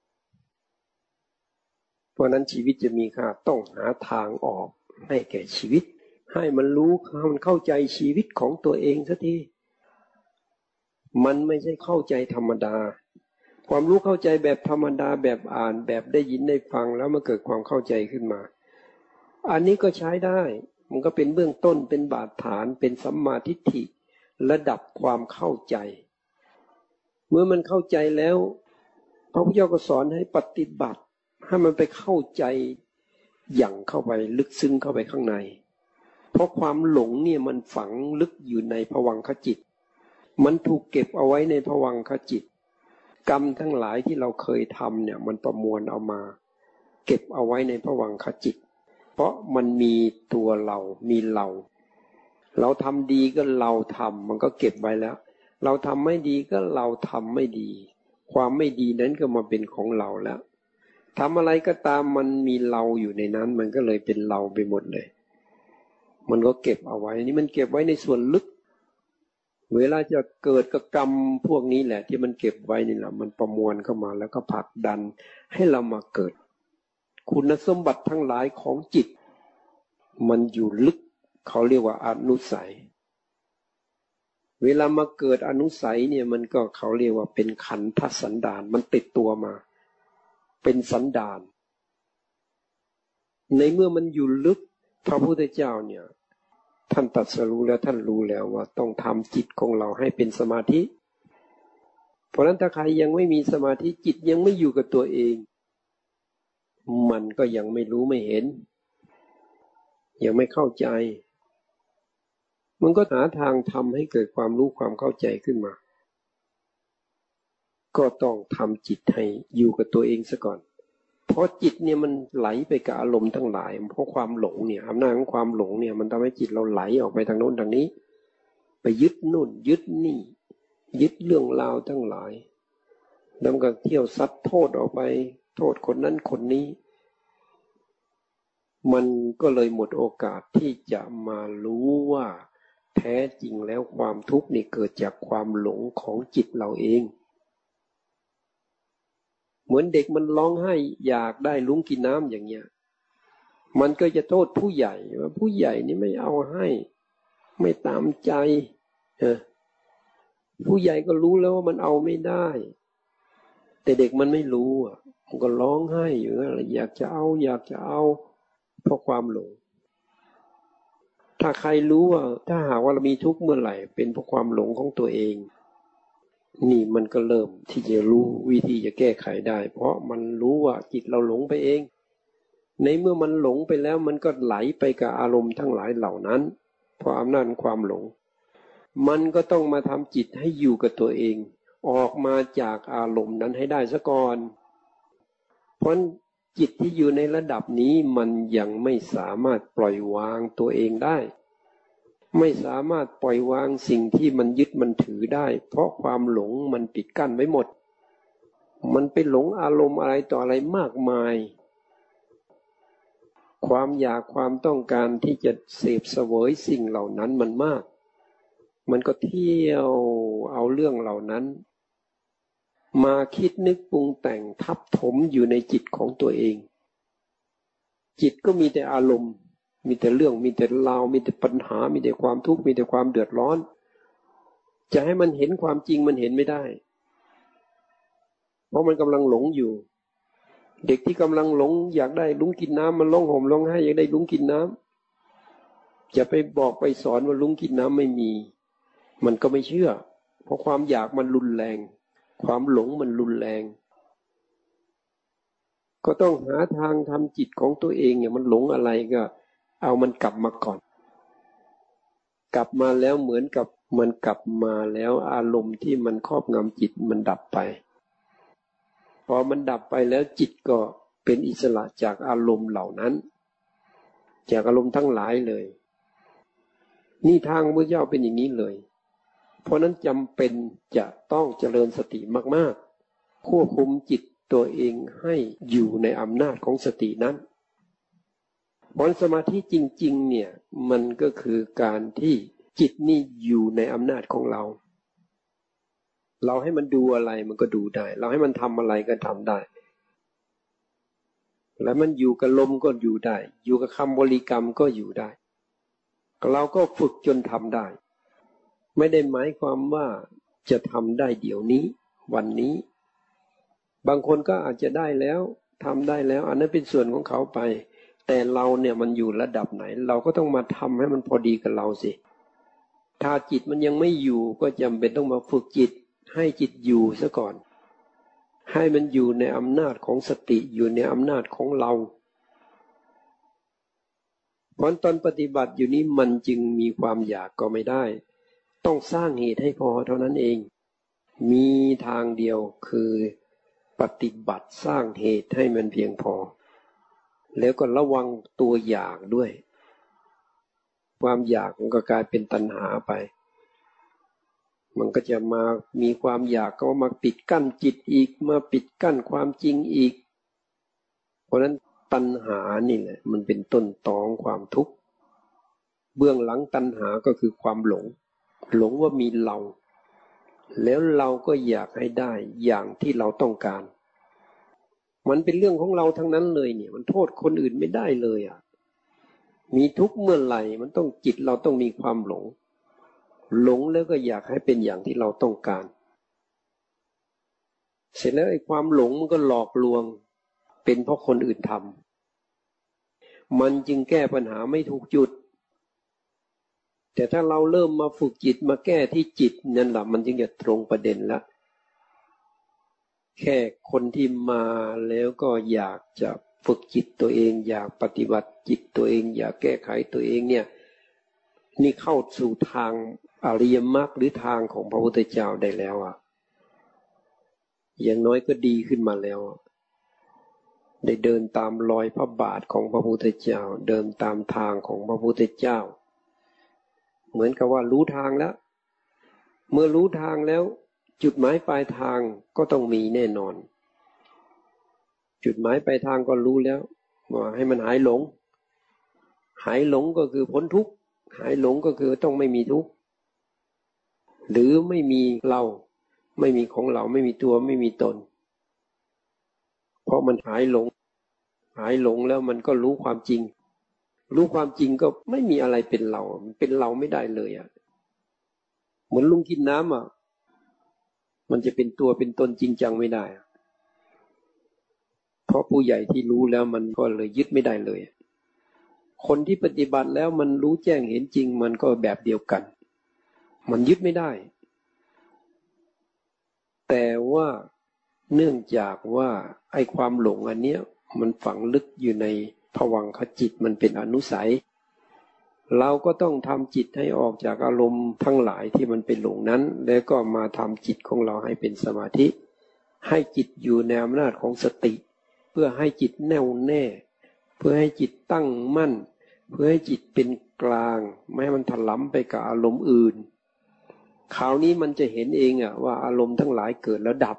เพราะนั้นชีวิตจะมีค่าต้องหาทางออกให้แก่ชีวิตให้มันรู้ให้มันเข้าใจชีวิตของตัวเองสักทีมันไม่ใช่เข้าใจธรรมดาความรู้เข้าใจแบบธรรมดาแบบอ่านแบบได้ยินได้ฟังแล้วมันเกิดความเข้าใจขึ้นมาอันนี้ก็ใช้ได้มันก็เป็นเบื้องต้นเป็นบาดฐานเป็นสัมมาทิฏฐิระดับความเข้าใจเมื่อมันเข้าใจแล้วพระพุทธเจ้าก็สอนให้ปฏิบัติให้มันไปเข้าใจอย่างเข้าไปลึกซึ้งเข้าไปข้างในเพราะความหลงเนี่ยมันฝังลึกอยู่ในภวังคจิตมันถูกเก็บเอาไว้ในภวังคจิตกรรมทั้งหลายที่เราเคยทำเนี่ยมันประมวลเอามาเก็บเอาไว้ในภวังคจิตเพราะมันมีตัวเรามีเราเราทำดีก็เราทำมันก็เก็บไว้แล้วเราทำไม่ดีก็เราทำไม่ดีความไม่ดีนั้นก็มาเป็นของเราแล้วทำอะไรก็ตามมันมีเราอยู่ในนั้นมันก็เลยเป็นเราไปหมดเลยมันก็เก็บเอาไว้นี่มันเก็บไว้ในส่วนลึกเวลาจะเกิดกับกรรมพวกนี้แหละที่มันเก็บไว้นี่แหละมันประมวลเข้ามาแล้วก็ผลักดันให้เรามาเกิดคุณสมบัติทั้งหลายของจิตมันอยู่ลึกเขาเรียกว่าอนุสัยเวลามาเกิดอนุสัยเนี่ยมันก็เขาเรียกว่าเป็นขันธสันดานมันติดตัวมาเป็นสันดานในเมื่อมันอยู่ลึกพระพุทธเจ้าเนี่ยท่านตรัสรู้แล้วท่านรู้แล้วว่าต้องทำจิตของเราให้เป็นสมาธิเพราะฉะนั้นถ้าใครยังไม่มีสมาธิจิตยังไม่อยู่กับตัวเองมันก็ยังไม่รู้ไม่เห็นยังไม่เข้าใจมันก็หาทางทำให้เกิดความรู้ความเข้าใจขึ้นมาก็ต้องทำจิตให้อยู่กับตัวเองซะก่อนเพราะจิตเนี่ยมันไหลไปกับอารมณ์ทั้งหลายเพราะความหลงเนี่ยอำนาจของความหลงเนี่ยมันทำให้จิตเราไหลออกไปทางโน้นทางนี้ไปยึดนู่นยึดนี่ยึดเรื่องราวทั้งหลายแล้วก็เที่ยวซัดโทษออกไปโทษคนนั้นคนนี้มันก็เลยหมดโอกาสที่จะมารู้ว่าแท้จริงแล้วความทุกข์นี่เกิดจากความหลงของจิตเราเองเหมือนเด็กมันร้องไห้อยากได้ลุ้งกินน้ำอย่างเงี้ยมันก็จะโทษผู้ใหญ่ว่าผู้ใหญ่นี่ไม่เอาให้ไม่ตามใจเออผู้ใหญ่ก็รู้แล้วว่ามันเอาไม่ได้แต่เด็กมันไม่รู้อ่ะมันก็ร้องไห้อยู่นั่นแหละอยากจะเอาอยากจะเอาเพราะความหลงถ้าใครรู้ว่าถ้าหากว่าเรามีทุกข์เมื่อไหร่เป็นเพราะความหลงของตัวเองนี่มันก็เริ่มที่จะรู้วิธีจะแก้ไขได้เพราะมันรู้ว่าจิตเราหลงไปเองในเมื่อมันหลงไปแล้วมันก็ไหลไปกับอารมณ์ทั้งหลายเหล่านั้นเพราะอำนาจความหลงมันก็ต้องมาทำจิตให้อยู่กับตัวเองออกมาจากอารมณ์นั้นให้ได้ซะก่อนเพราะจิตที่อยู่ในระดับนี้มันยังไม่สามารถปล่อยวางตัวเองได้ไม่สามารถปล่อยวางสิ่งที่มันยึดมันถือได้เพราะความหลงมันปิดกั้นไว้หมดมันไปหลงอารมณ์อะไรต่ออะไรมากมายความอยากความต้องการที่จะเสพเสวยสิ่งเหล่านั้นมันมากมันก็เที่ยวเอาเรื่องเหล่านั้นมาคิดนึกปรุงแต่งทับถมอยู่ในจิตของตัวเองจิตก็มีแต่อารมณ์มีแต่เรื่องมีแต่ราวมีแต่ปัญหามีแต่ความทุกข์มีแต่ความเดือดร้อนจะให้มันเห็นความจริงมันเห็นไม่ได้เพราะมันกำลังหลงอยู่เด็กที่กำลังหลงอยากได้ลุ้งกินน้ำมันร้องห่มร้องไห้อยากได้ลุ้งกินน้ำจะไปบอกไปสอนว่าลุ้งกินน้ำไม่มีมันก็ไม่เชื่อเพราะความอยากมันรุนแรงความหลงมันรุนแรงก็ต้องหาทางทำจิตของตัวเองเนี่ยมันหลงอะไรก็เอามันกลับมาก่อนกลับมาแล้วเหมือนกับมันกลับมาแล้วอารมณ์ที่มันครอบงำจิตมันดับไปพอมันดับไปแล้วจิตก็เป็นอิสระจากอารมณ์เหล่านั้นจากอารมณ์ทั้งหลายเลยนี่ทางพระเจ้าเป็นอย่างนี้เลยเพราะนั้นจำเป็นจะต้องเจริญสติมากๆควบคุมจิตตัวเองให้อยู่ในอำนาจของสตินั้นเพราะสมาธิจริงๆเนี่ยมันก็คือการที่จิตนี่อยู่ในอำนาจของเราเราให้มันดูอะไรมันก็ดูได้เราให้มันทำอะไรก็ทำได้แล้วมันอยู่กับลมก็อยู่ได้อยู่กับคำบริกรรมก็อยู่ได้เราก็ฝึกจนทำได้ไม่ได้หมายความว่าจะทำได้เดี๋ยวนี้วันนี้บางคนก็อาจจะได้แล้วทำได้แล้วอันนั้นเป็นส่วนของเขาไปแต่เราเนี่ยมันอยู่ระดับไหนเราก็ต้องมาทำให้มันพอดีกับเราสิถ้าจิตมันยังไม่อยู่ก็จำเป็นต้องมาฝึกจิตให้จิตอยู่ซะก่อนให้มันอยู่ในอำนาจของสติอยู่ในอำนาจของเราเพราะตอนปฏิบัติอยู่นี้มันจึงมีความอยากก็ไม่ได้ต้องสร้างเหตุให้พอเท่านั้นเองมีทางเดียวคือปฏิบัติสร้างเหตุให้มันเพียงพอแล้วก็ระวังตัวอยากด้วยความอยากมันก็กลายเป็นตัณหาไปมันก็จะมามีความอยากก็มาปิดกั้นจิตอีกมาปิดกั้นความจริงอีกเพราะนั้นตัณหานี่แหละมันเป็นต้นตอของความทุกข์เบื้องหลังตัณหาก็คือความหลงหลงว่ามีเราแล้วเราก็อยากให้ได้อย่างที่เราต้องการมันเป็นเรื่องของเราทั้งนั้นเลยเนี่ยมันโทษคนอื่นไม่ได้เลยอ่ะมีทุกข์เมื่อไหร่มันต้องจิตเราต้องมีความหลงหลงแล้วก็อยากให้เป็นอย่างที่เราต้องการเสร็จแล้วไอ้ความหลงมันก็หลอกลวงเป็นเพราะคนอื่นทำมันจึงแก้ปัญหาไม่ถูกจุดแต่ถ้าเราเริ่มมาฝึกจิตมาแก้ที่จิตนั่นแหละมันจึงจะตรงประเด็นละแค่คนที่มาแล้วก็อยากจะฝึกจิตตัวเองอยากปฏิบัติจิตตัวเองอยากแก้ไขตัวเองเนี่ยนี่เข้าสู่ทางอริยมรรคหรือทางของพระพุทธเจ้าได้แล้วอ่ะอย่างน้อยก็ดีขึ้นมาแล้วได้เดินตามรอยพระบาทของพระพุทธเจ้าเดินตามทางของพระพุทธเจ้าเหมือนกับว่ารู้ทางแล้วเมื่อรู้ทางแล้วจุดหมายปลายทางก็ต้องมีแน่นอนจุดหมายปลายทางก็รู้แล้วว่าให้มันหายหลงหายหลงก็คือพ้นทุกข์หายหลงก็คือต้องไม่มีทุกข์หรือไม่มีเราไม่มีของเราไม่มีตัวไม่มีตนเพราะมันหายหลงหายหลงแล้วมันก็รู้ความจริงรู้ความจริงก็ไม่มีอะไรเป็นเรามันเป็นเราไม่ได้เลยอ่ะเหมือนลุงกินน้ำอ่ะมันจะเป็นตัวเป็นตนจริงจังไม่ได้เพราะผู้ใหญ่ที่รู้แล้วมันก็เลยยึดไม่ได้เลยคนที่ปฏิบัติแล้วมันรู้แจ้งเห็นจริงมันก็แบบเดียวกันมันยึดไม่ได้แต่ว่าเนื่องจากว่าไอ้ความหลงอันเนี้ยมันฝังลึกอยู่ในภวังคจิตมันเป็นอนุสัยเราก็ต้องทำจิตให้ออกจากอารมณ์ทั้งหลายที่มันเป็นหลงนั้นแล้วก็มาทำจิตของเราให้เป็นสมาธิให้จิตอยู่ในอำนาจของสติเพื่อให้จิตแน่วแน่เพื่อให้จิตตั้งมั่นเพื่อให้จิตเป็นกลางไม่ให้มันถลำไปกับอารมณ์อื่นคราวนี้มันจะเห็นเองอ่ะว่าอารมณ์ทั้งหลายเกิดแล้วดับ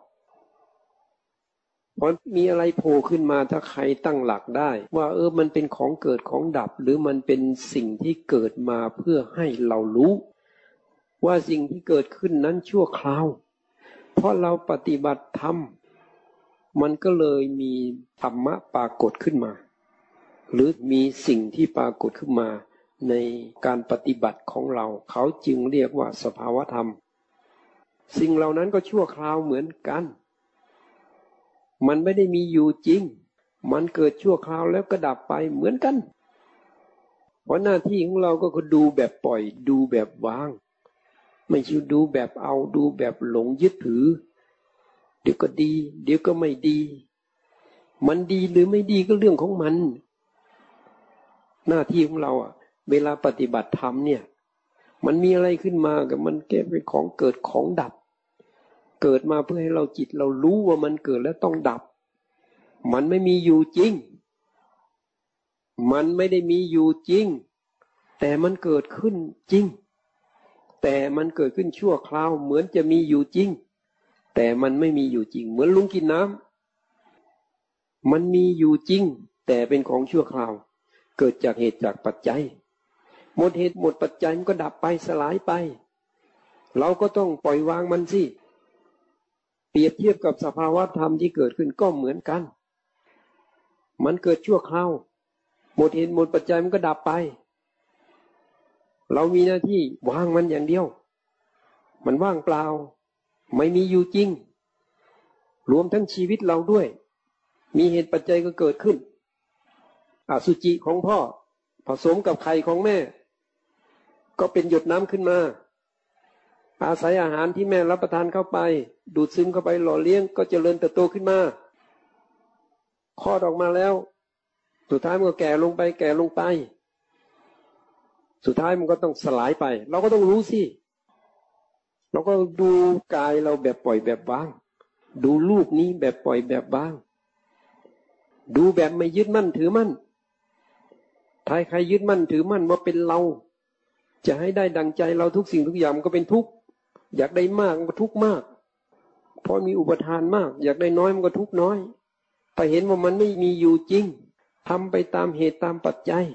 เพราะมีอะไรโผล่ขึ้นมาถ้าใครตั้งหลักได้ว่าเออมันเป็นของเกิดของดับหรือมันเป็นสิ่งที่เกิดมาเพื่อให้เรารู้ว่าสิ่งที่เกิดขึ้นนั้นชั่วคราวเพราะเราปฏิบัติธรรมมันก็เลยมีธรรมะปรากฏขึ้นมาหรือมีสิ่งที่ปรากฏขึ้นมาในการปฏิบัติของเราเขาจึงเรียกว่าสภาวธรรมสิ่งเหล่านั้นก็ชั่วคราวเหมือนกันมันไม่ได้มีอยู่จริงมันเกิดชั่วคราวแล้วก็ดับไปเหมือนกันเพราะหน้าที่ของเราก็คือดูแบบปล่อยดูแบบวางไม่ใช่ดูแบบเอาดูแบบหลงยึดถือเดี๋ยวก็ดีเดี๋ยวก็ไม่ดีมันดีหรือไม่ดีก็เรื่องของมันหน้าที่ของเราอ่ะเวลาปฏิบัติธรรมเนี่ยมันมีอะไรขึ้นมากับมันแก้เป็นของเกิดของดับเกิดมาเพื่อให้เราจิตเรารู้ว่ามันเกิดแล้วต้องดับมันไม่มีอยู่จริงมันไม่ได้มีอยู่จริงแต่มันเกิดขึ้นจริงแต่มันเกิดขึ้นชั่วคราวเหมือนจะมีอยู่จริงแต่มันไม่มีอยู่จริงเหมือนลุงกินน้ำมันมีอยู่จริงแต่เป็นของชั่วคราวเกิดจากเหตุจากปัจจัยหมดเหตุหมดปัจจัยมันก็ดับไปสลายไปเราก็ต้องปล่อยวางมันสิเปรียบเทียบกับสภาวะธรรมที่เกิดขึ้นก็เหมือนกันมันเกิดชั่วคราวหมดเหตุหมดปัจจัยมันก็ดับไปเรามีหน้าที่วางมันอย่างเดียวมันว่างเปล่าไม่มีอยู่จริงรวมทั้งชีวิตเราด้วยมีเหตุปัจจัยก็เกิดขึ้นอสุจิของพ่อผสมกับไข่ของแม่ก็เป็นหยดน้ำขึ้นมาอาศัยอาหารที่แม่รับประทานเข้าไปดูดซึมเข้าไปหล่อเลี้ยงก็เจริญเติบโตขึ้นมาคลอดออกมาแล้วสุดท้ายมันก็แก่ลงไปแก่ลงไปสุดท้ายมันก็ต้องสลายไปเราก็ต้องรู้สิเราก็ดูกายเราแบบปล่อยแบบวางดูรูปนี้แบบปล่อยแบบวางดูแบบไม่ยึดมั่นถือมั่นถ้าใครยึดมั่นถือมั่นว่าเป็นเราจะให้ได้ดังใจเราทุกสิ่งทุกอย่างมันก็เป็นทุกข์อยากได้มากมันก็ทุกข์มากเพราะมีอุปทานมากอยากได้น้อยมันก็ทุกข์น้อยแต่เห็นว่ามันไม่มีอยู่จริงทำไปตามเหตุตามปัจจัย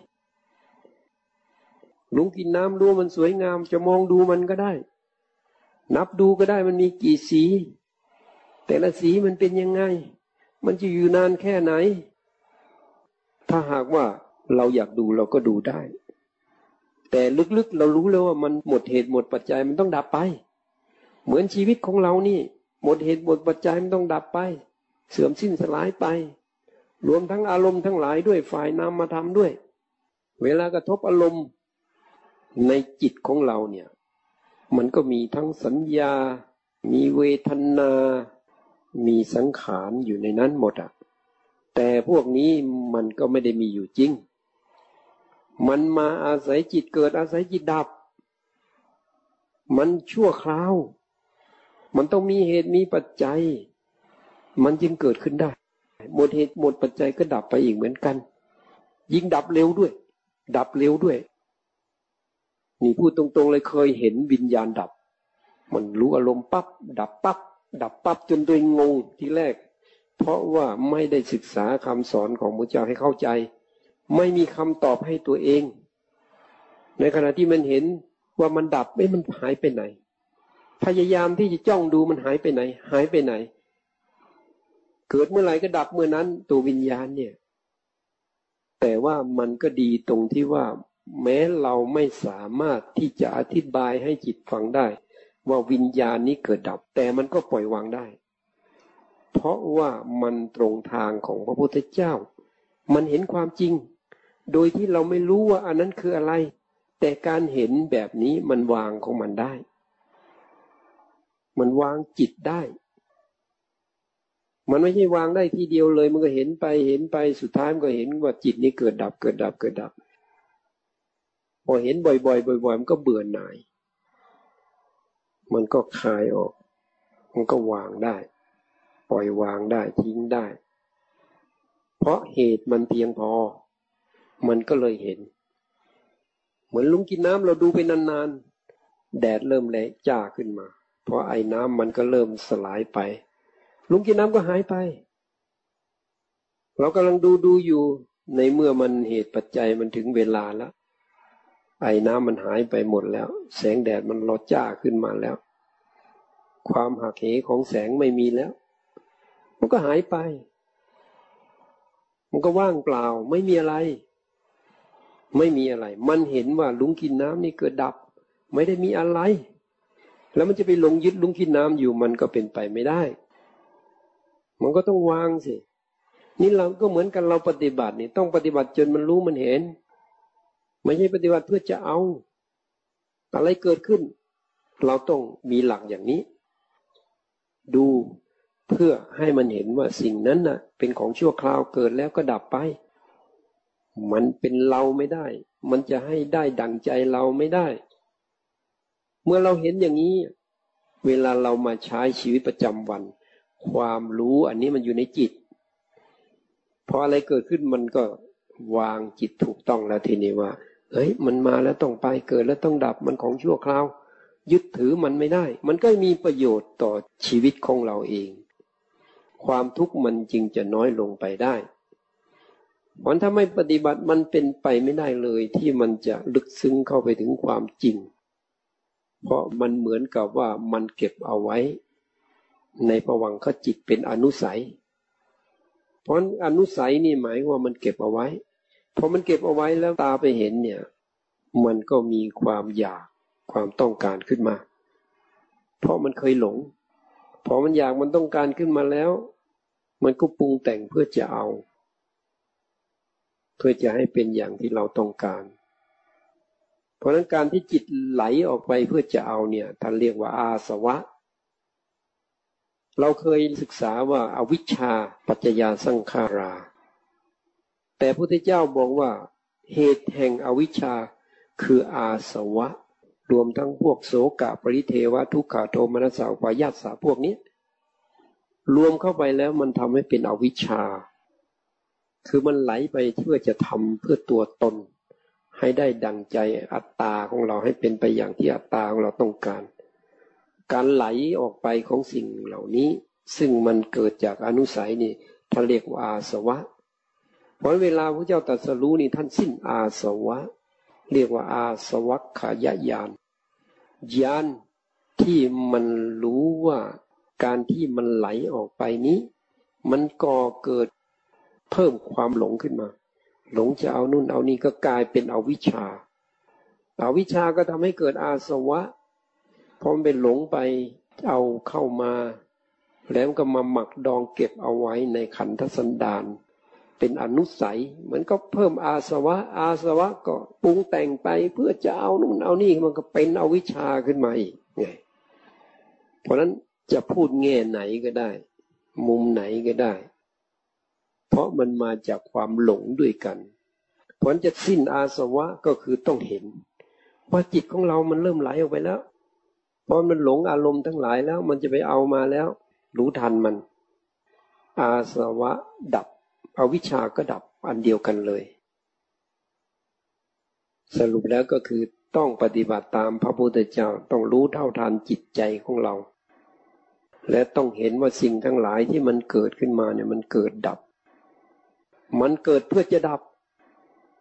ลุงกินน้ำดูมันสวยงามจะมองดูมันก็ได้นับดูก็ได้มันมีกี่สีแต่ละสีมันเป็นยังไงมันจะอยู่นานแค่ไหนถ้าหากว่าเราอยากดูเราก็ดูได้แต่ลึกๆเรารู้แล้วว่ามันหมดเหตุหมดปัจจัยมันต้องดับไปเหมือนชีวิตของเรานี่หมดเหตุหมดปัจจัยมันต้องดับไปเสื่อมสิ้นสลายไปรวมทั้งอารมณ์ทั้งหลายด้วยฝ่ายนามธรรมด้วยเวลากระทบอารมณ์ในจิตของเราเนี่ยมันก็มีทั้งสัญญามีเวทนามีสังขารอยู่ในนั้นหมดอ่ะแต่พวกนี้มันก็ไม่ได้มีอยู่จริงมันมาอาศัยจิตเกิดอาศัยจิตดับมันชั่วคราวมันต้องมีเหตุมีปัจจัยมันจึงเกิดขึ้นได้หมดเหตุหมดปัจจัยก็ดับไปอีกเหมือนกันยิ่งดับเร็วด้วยดับเร็วด้วยนี่พูดตรงๆเลยเคยเห็นวิญญาณดับมันรู้อารมณ์ปั๊บดับปั๊บดับปั๊บจนตัวเองงงทีแรกเพราะว่าไม่ได้ศึกษาคำสอนของพระเจ้าให้เข้าใจไม่มีคำตอบให้ตัวเองในขณะที่มันเห็นว่ามันดับเอ๊ะมันหายไปไหนพยายามที่จะจ้องดูมันหายไปไหนหายไปไหนเกิดเมื่อไหร่ก็ดับเมื่อนั้นตัววิญญาณเนี่ยแต่ว่ามันก็ดีตรงที่ว่าแม้เราไม่สามารถที่จะอธิบายให้จิตฟังได้ว่าวิญญาณนี้เกิดดับแต่มันก็ปล่อยวางได้เพราะว่ามันตรงทางของพระพุทธเจ้ามันเห็นความจริงโดยที่เราไม่รู้ว่าอันนั้นคืออะไรแต่การเห็นแบบนี้มันวางของมันได้มันวางจิตได้มันไม่ใช่วางได้ทีเดียวเลยมันก็เห็นไปเห็นไปสุดท้ายมันก็เห็นว่าจิตนี้เกิดดับเกิดดับเกิดดับพอเห็นบ่อยๆบ่อยๆมันก็เบื่อหน่ายมันก็คลายออกมันก็วางได้ปล่อยวางได้ทิ้งได้เพราะเหตุมันเพียงพอมันก็เลยเห็นเหมือนลุงกินน้ำเราดูไปนานๆแดดเริ่มแรงจ้าขึ้นมาเพราะไอ้น้ำมันก็เริ่มสลายไปลุงกินน้ำก็หายไปเรากำลังดูดูอยู่ในเมื่อมันเหตุปัจจัยมันถึงเวลาแล้วไอ้น้ำมันหายไปหมดแล้วแสงแดดมันลดจ้าขึ้นมาแล้วความหักเหของแสงไม่มีแล้วมันก็หายไปมันก็ว่างเปล่าไม่มีอะไรไม่มีอะไรมันเห็นว่าลุงกินน้ำนี่เกิดดับไม่ได้มีอะไรแล้วมันจะไปหลงยึดลุงกินน้ำอยู่มันก็เป็นไปไม่ได้มันก็ต้องวางสินี่เราก็เหมือนกันเราปฏิบัตินี่ต้องปฏิบัติจนมันรู้มันเห็นไม่ใช่ปฏิบัติเพื่อจะเอาอะไรเกิดขึ้นเราต้องมีหลักอย่างนี้ดูเพื่อให้มันเห็นว่าสิ่งนั้นน่ะเป็นของชั่วคราวเกิดแล้วก็ดับไปมันเป็นเราไม่ได้มันจะให้ได้ดั่งใจเราไม่ได้เมื่อเราเห็นอย่างนี้เวลาเรามาใช้ชีวิตประจำวันความรู้อันนี้มันอยู่ในจิตพออะไรเกิดขึ้นมันก็วางจิตถูกต้องแล้วทีนี้ว่าเฮ้ยมันมาแล้วต้องไปเกิดแล้วต้องดับมันของชั่วคราวยึดถือมันไม่ได้มันก็มีประโยชน์ต่อชีวิตของเราเองความทุกข์มันจึงจะน้อยลงไปได้เพราะถ้าไม่ปฏิบัติมันเป็นไปไม่ได้เลยที่มันจะลึกซึ้งเข้าไปถึงความจริงเพราะมันเหมือนกับว่ามันเก็บเอาไว้ในภวังคจิตเป็นอนุสัยเพราะอนุสัยนี่หมายว่ามันเก็บเอาไว้พอมันเก็บเอาไว้แล้วตาไปเห็นเนี่ยมันก็มีความอยากความต้องการขึ้นมาเพราะมันเคยหลงพอมันอยากมันต้องการขึ้นมาแล้วมันก็ปรุงแต่งเพื่อจะเอาเพื่อจะให้เป็นอย่างที่เราต้องการเพราะฉะนั้นการที่จิตไหลออกไปเพื่อจะเอาเนี่ยท่านเรียกว่าอาสวะเราเคยศึกษาว่าอวิชชาปัจจยาสังขาราแต่พระพุทธเจ้าบอกว่าเหตุแห่งอวิชชาคืออาสวะรวมทั้งพวกโสกะปริเทวะทุกขโทมนัสสะอุปาญาสสะพวกนี้รวมเข้าไปแล้วมันทำให้เป็นอวิชชาคือมันไหลไปเพื่อจะทำเพื่อตัวตนให้ได้ดังใจอัตตาของเราให้เป็นไปอย่างที่อัตตาของเราต้องการการไหลออกไปของสิ่งเหล่านี้ซึ่งมันเกิดจากอนุสัยนี่ท่านเรียกว่าอาสวะเพราะเวลาพระเจ้าตรัสรู้นี่ท่านสิ้นอาสวะเรียกว่าอาสวัคขายญาณญาณที่มันรู้ว่าการที่มันไหลออกไปนี้มันก่อเกิดเพิ่มความหลงขึ้นมาหลงจะเอานู่นเอานี่ก็กลายเป็นอวิชชาอวิชชาก็ทำให้เกิดอาสวะพอมันเป็นหลงไปเอาเข้ามาแล้วก็มาหมักดองเก็บเอาไว้ในขันธสันดานเป็นอนุสัยมันก็เพิ่มอาสวะอาสวะก็ปรุงแต่งไปเพื่อจะเอานู่นเอานี่มันก็เป็นอวิชชาขึ้นมาอีกไงเพราะนั้นจะพูดแง่ไหนก็ได้มุมไหนก็ได้เพราะมันมาจากความหลงด้วยกันเพราะจะสิ้นอาสวะก็คือต้องเห็นว่าจิตของเรามันเริ่มไหลออกไปแล้วเพราะมันหลงอารมณ์ทั้งหลายแล้วมันจะไปเอามาแล้วรู้ทันมันอาสวะดับอวิชชาก็ดับอันเดียวกันเลยสรุปแล้วก็คือต้องปฏิบัติตามพระพุทธเจ้าต้องรู้เท่าทันจิตใจของเราและต้องเห็นว่าสิ่งทั้งหลายที่มันเกิดขึ้นมาเนี่ยมันเกิดดับมันเกิดเพื่อจะดับ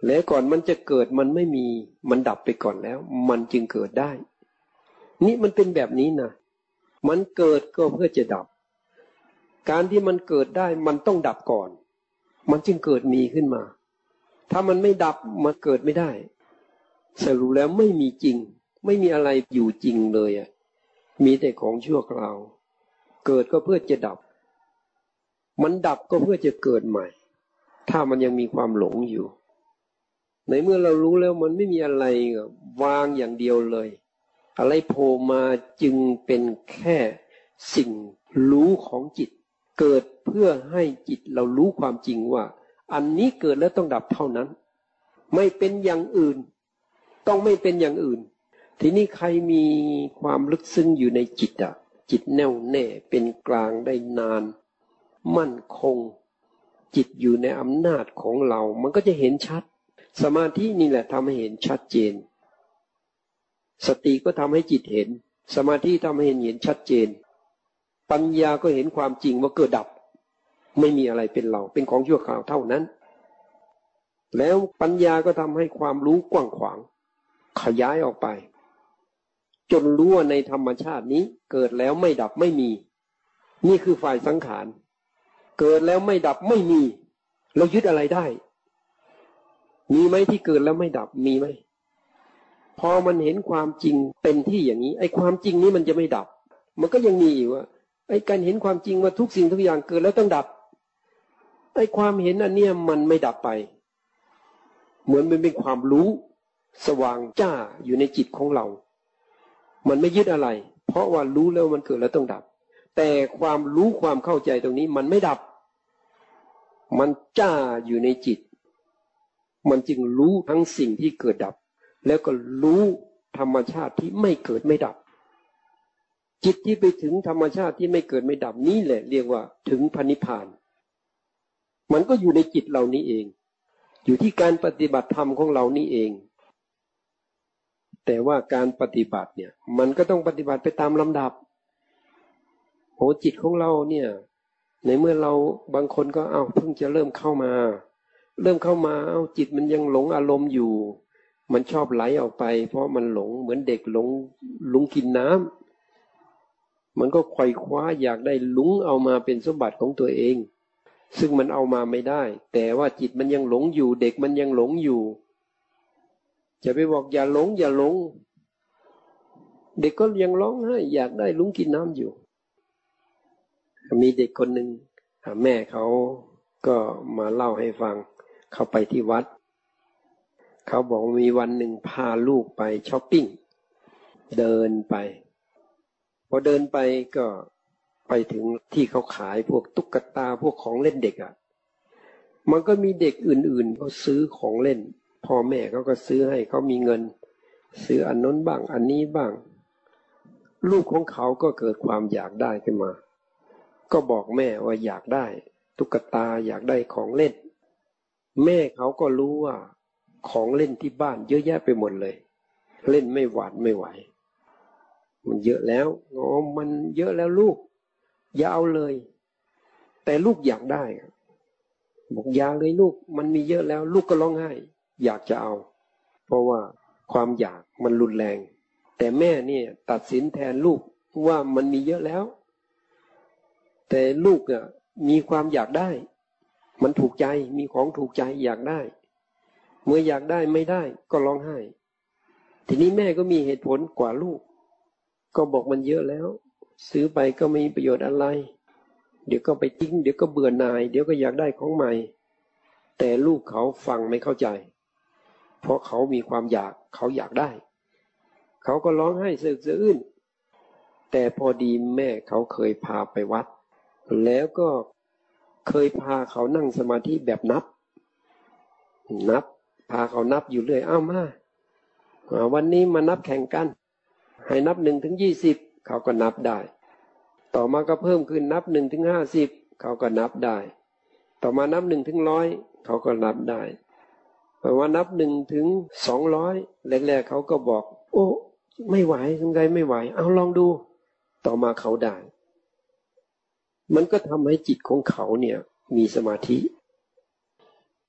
และก่อนมันจะเกิดมันไม่มีมันดับไปก่อนแล้วมันจึงเกิดได้นี่มันเป็นแบบนี้นะมันเกิดก็เพื่อจะดับการที่มันเกิดได้มันต้องดับก่อนมันจึงเกิดมีขึ้นมาถ้ามันไม่ดับมันเกิดไม่ได้สรุปแล้วไม่มีจริงไม่มีอะไรอยู่จริงเลยอ่ะมีแต่ของชั่วคราวเกิดก็เพื่อจะดับมันดับก็เพื่อจะเกิดใหม่ถ้ามันยังมีความหลงอยู่ในเมื่อเรารู้แล้วมันไม่มีอะไรวางอย่างเดียวเลยอะไรโผล่มาจึงเป็นแค่สิ่งรู้ของจิตเกิดเพื่อให้จิตเรารู้ความจริงว่าอันนี้เกิดแล้วต้องดับเท่านั้นไม่เป็นอย่างอื่นต้องไม่เป็นอย่างอื่นทีนี้ใครมีความลึกซึ้งอยู่ในจิตอ่ะจิตแน่วแน่เป็นกลางได้นานมั่นคงจิตอยู่ในอำนาจของเรามันก็จะเห็นชัดสมาธินี่แหละทำให้เห็นชัดเจนสติก็ทำให้จิตเห็นสมาธิทำให้เห็นเห็นชัดเจนปัญญาก็เห็นความจริงว่าเกิดดับไม่มีอะไรเป็นเราเป็นของชั่วคราวเท่านั้นแล้วปัญญาก็ทำให้ความรู้กว้างขวางขยายออกไปจนรู้ว่าในธรรมชาตินี้เกิดแล้วไม่ดับไม่มีนี่คือฝ่ายสังขารเกิดแล้วไม่ดับไม่มีเรายึดอะไรได้มีไหมที่เกิดแล้วไม่ดับมีไหมพอมันเห็นความจริงเป็นที่อย่างนี้ไอ้ความจริงนี้มันจะไม่ดับมันก็ยังมีอยู่ว่าไอ้การเห็นความจริงว่าทุกสิ่งทุกอย่างเกิดแล้วต้องดับไอ้ความเห็นอันเนี้ยมันไม่ดับไปเหมือนมันเป็นความรู้สว่างจ้าอยู่ในจิตของเรามันไม่ยึดอะไรเพราะว่ารู้แล้วมันเกิดแล้วต้องดับแต่ความรู้ความเข้าใจตรงนี้มันไม่ดับมันจ้าอยู่ในจิตมันจึงรู้ทั้งสิ่งที่เกิดดับแล้วก็รู้ธรรมชาติที่ไม่เกิดไม่ดับจิตที่ไปถึงธรรมชาติที่ไม่เกิดไม่ดับนี่แหละเรียกว่าถึงพระนิพพานมันก็อยู่ในจิตเรานี้เองอยู่ที่การปฏิบัติธรรมของเรานี่เองแต่ว่าการปฏิบัติเนี่ยมันก็ต้องปฏิบัติไปตามลำดับโหจิตของเราเนี่ยในเมื่อเราบางคนก็เอ้าเพิ่งจะเริ่มเข้ามาเริ่มเข้ามาเอ้าจิตมันยังหลงอารมณ์อยู่มันชอบไหลออกไปเพราะมันหลงเหมือนเด็กหลงลุงกินน้ำมันก็ไขว่คว้าอยากได้ลุงเอามาเป็นสมบัติของตัวเองซึ่งมันเอามาไม่ได้แต่ว่าจิตมันยังหลงอยู่เด็กมันยังหลงอยู่จะไปบอกอย่าหลงอย่าหลงเด็กก็ยังร้องไห้อยากได้ลุงกินน้ำอยู่มีเด็กคนหนึ่งแม่เขาก็มาเล่าให้ฟังเขาไปที่วัดเขาบอกมีวันหนึ่งพาลูกไปช้อปปิ้งเดินไปพอเดินไปก็ไปถึงที่เขาขายพวกตุ๊กตาพวกของเล่นเด็กอ่ะมันก็มีเด็กอื่นๆเขาซื้อของเล่นพ่อแม่เขาก็ซื้อให้เขามีเงินซื้ออันนั้นบ้างอันนี้บ้างลูกของเขาก็เกิดความอยากได้ขึ้นมาก็บอกแม่ว่าอยากได้ตุ๊กตาอยากได้ของเล่นแม่เขาก็รู้ว่าของเล่นที่บ้านเยอะแยะไปหมดเลยเล่นไม่หวาดไม่ไหวมันเยอะแล้วอ๋อมันเยอะแล้วลูกอย่าเอาเลยแต่ลูกอยากได้บอกอย่าเลยลูกมันมีเยอะแล้วลูกก็ร้องไห้อยากจะเอาเพราะว่าความอยากมันรุนแรงแต่แม่เนี่ยตัดสินแทนลูกว่ามันมีเยอะแล้วแต่ลูกอ่ะมีความอยากได้มันถูกใจมีของถูกใจอยากได้เมื่ออยากได้ไม่ได้ก็ร้องไห้ทีนี้แม่ก็มีเหตุผลกว่าลูกก็บอกมันเยอะแล้วซื้อไปก็ไม่มีประโยชน์อะไรเดี๋ยวก็ไปทิ้งเดี๋ยวก็เบื่อหน่ายเดี๋ยวก็อยากได้ของใหม่แต่ลูกเขาฟังไม่เข้าใจเพราะเขามีความอยากเขาอยากได้เขาก็ร้องไห้สะอึกสะอื้นแต่พอดีแม่เขาเคยพาไปวัดแล้วก็เคยพาเขานั่งสมาธิแบบนับนับพาเขานับอยู่เรื่อยอ้าวมาวันนี้มานับแข่งกันให้นับหนึ่งถึงยี่สิบเขาก็นับได้ต่อมาก็เพิ่มขึ้นนับหนึ่งถึงห้าสิบเขาก็นับได้ต่อมานับหนึ่งถึงร้อยเขาก็นับได้พอว่านับหนึ่งถึงสองร้อยแรกๆเขาก็บอกโอ้ไม่ไหวสงสัยไม่ไหวเอาลองดูต่อมาเขาได้มันก็ทำให้จิตของเขาเนี่ยมีสมาธิ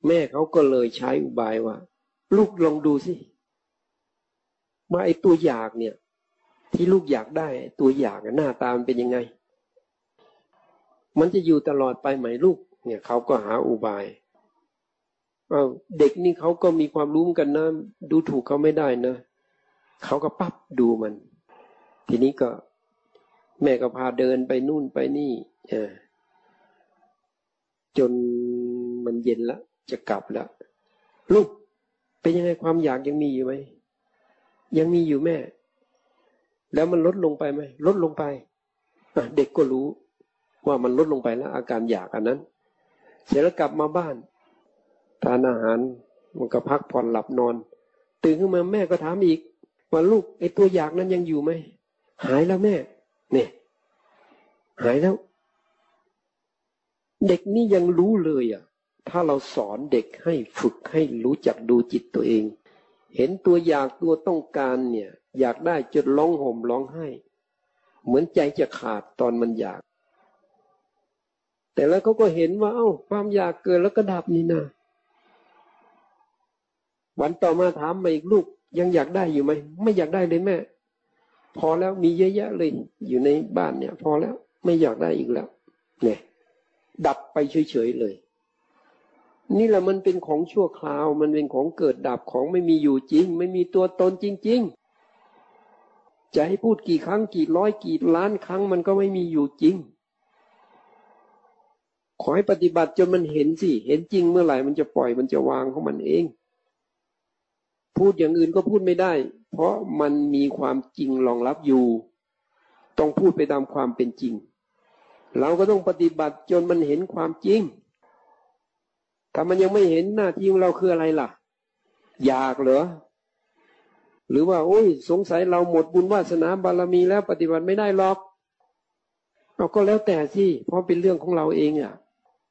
แม่เขาก็เลยใช้อุบายว่าลูกลองดูสิว่าไอ้ตัวอยากเนี่ยที่ลูกอยากได้ตัวอยากหน้าตามันเป็นยังไงมันจะอยู่ตลอดไปไหมลูกเนี่ยเขาก็หาอุบายเอาเด็กนี่เขาก็มีความรู้กันนะดูถูกเขาไม่ได้นะเขาก็ปั๊บดูมันทีนี้ก็แม่ก็พาเดินไปนู่นไปนี่เออจนมันเย็นแล้วจะกลับแล้วลูกเป็นยังไงความอยากยังมีอยู่ไหมยังมีอยู่แม่แล้วมันลดลงไปไหมลดลงไปเด็กก็รู้ว่ามันลดลงไปแล้วอาการอยากอันนั้นเสร็จแล้วกลับมาบ้านทานอาหารมันก็พักผ่อนหลับนอนตื่นขึ้นมาแม่ก็ถามอีกว่าลูกไอ้ตัวอยากนั้นยังอยู่ไหมหายแล้วแม่เนี่ยหายแล้วเด็กนี่ยังรู้เลยอ่ะถ้าเราสอนเด็กให้ฝึกให้รู้จักดูจิตตัวเองเห็นตัวอยากตัวต้องการเนี่ยอยากได้จนร้องห่มร้องไห้เหมือนใจจะขาดตอนมันอยากแต่แล้วเขาก็เห็นว่าเอ้าความอยากเกิดแล้วก็ดับนี่นะวันต่อมาถามมาอีกลูกยังอยากได้อยู่ไหมไม่อยากได้เลยแม่พอแล้วมีเยอะแยะเลยอยู่ในบ้านเนี่ยพอแล้วไม่อยากได้อีกแล้วเนี่ยดับไปเฉยๆเลยนี่แหละมันเป็นของชั่วคราวมันเป็นของเกิดดับของไม่มีอยู่จริงไม่มีตัวตนจริงๆจะให้พูดกี่ครั้งกี่ร้อยกี่ล้านครั้งมันก็ไม่มีอยู่จริงขอให้ปฏิบัติจนมันเห็นสิเห็นจริงเมื่อไหร่มันจะปล่อยมันจะวางของมันเองพูดอย่างอื่นก็พูดไม่ได้เพราะมันมีความจริงรองรับอยู่ต้องพูดไปตามความเป็นจริงเราก็ต้องปฏิบัติจนมันเห็นความจริงถ้ามันยังไม่เห็นหน้าที่ของเราคืออะไรล่ะอยากเหรอหรือว่าโอ้ยสงสัยเราหมดบุญวาสนาบารมีแล้วปฏิบัติไม่ได้หรอกเอาก็แล้วแต่สิเพราะเป็นเรื่องของเราเองอ่ะ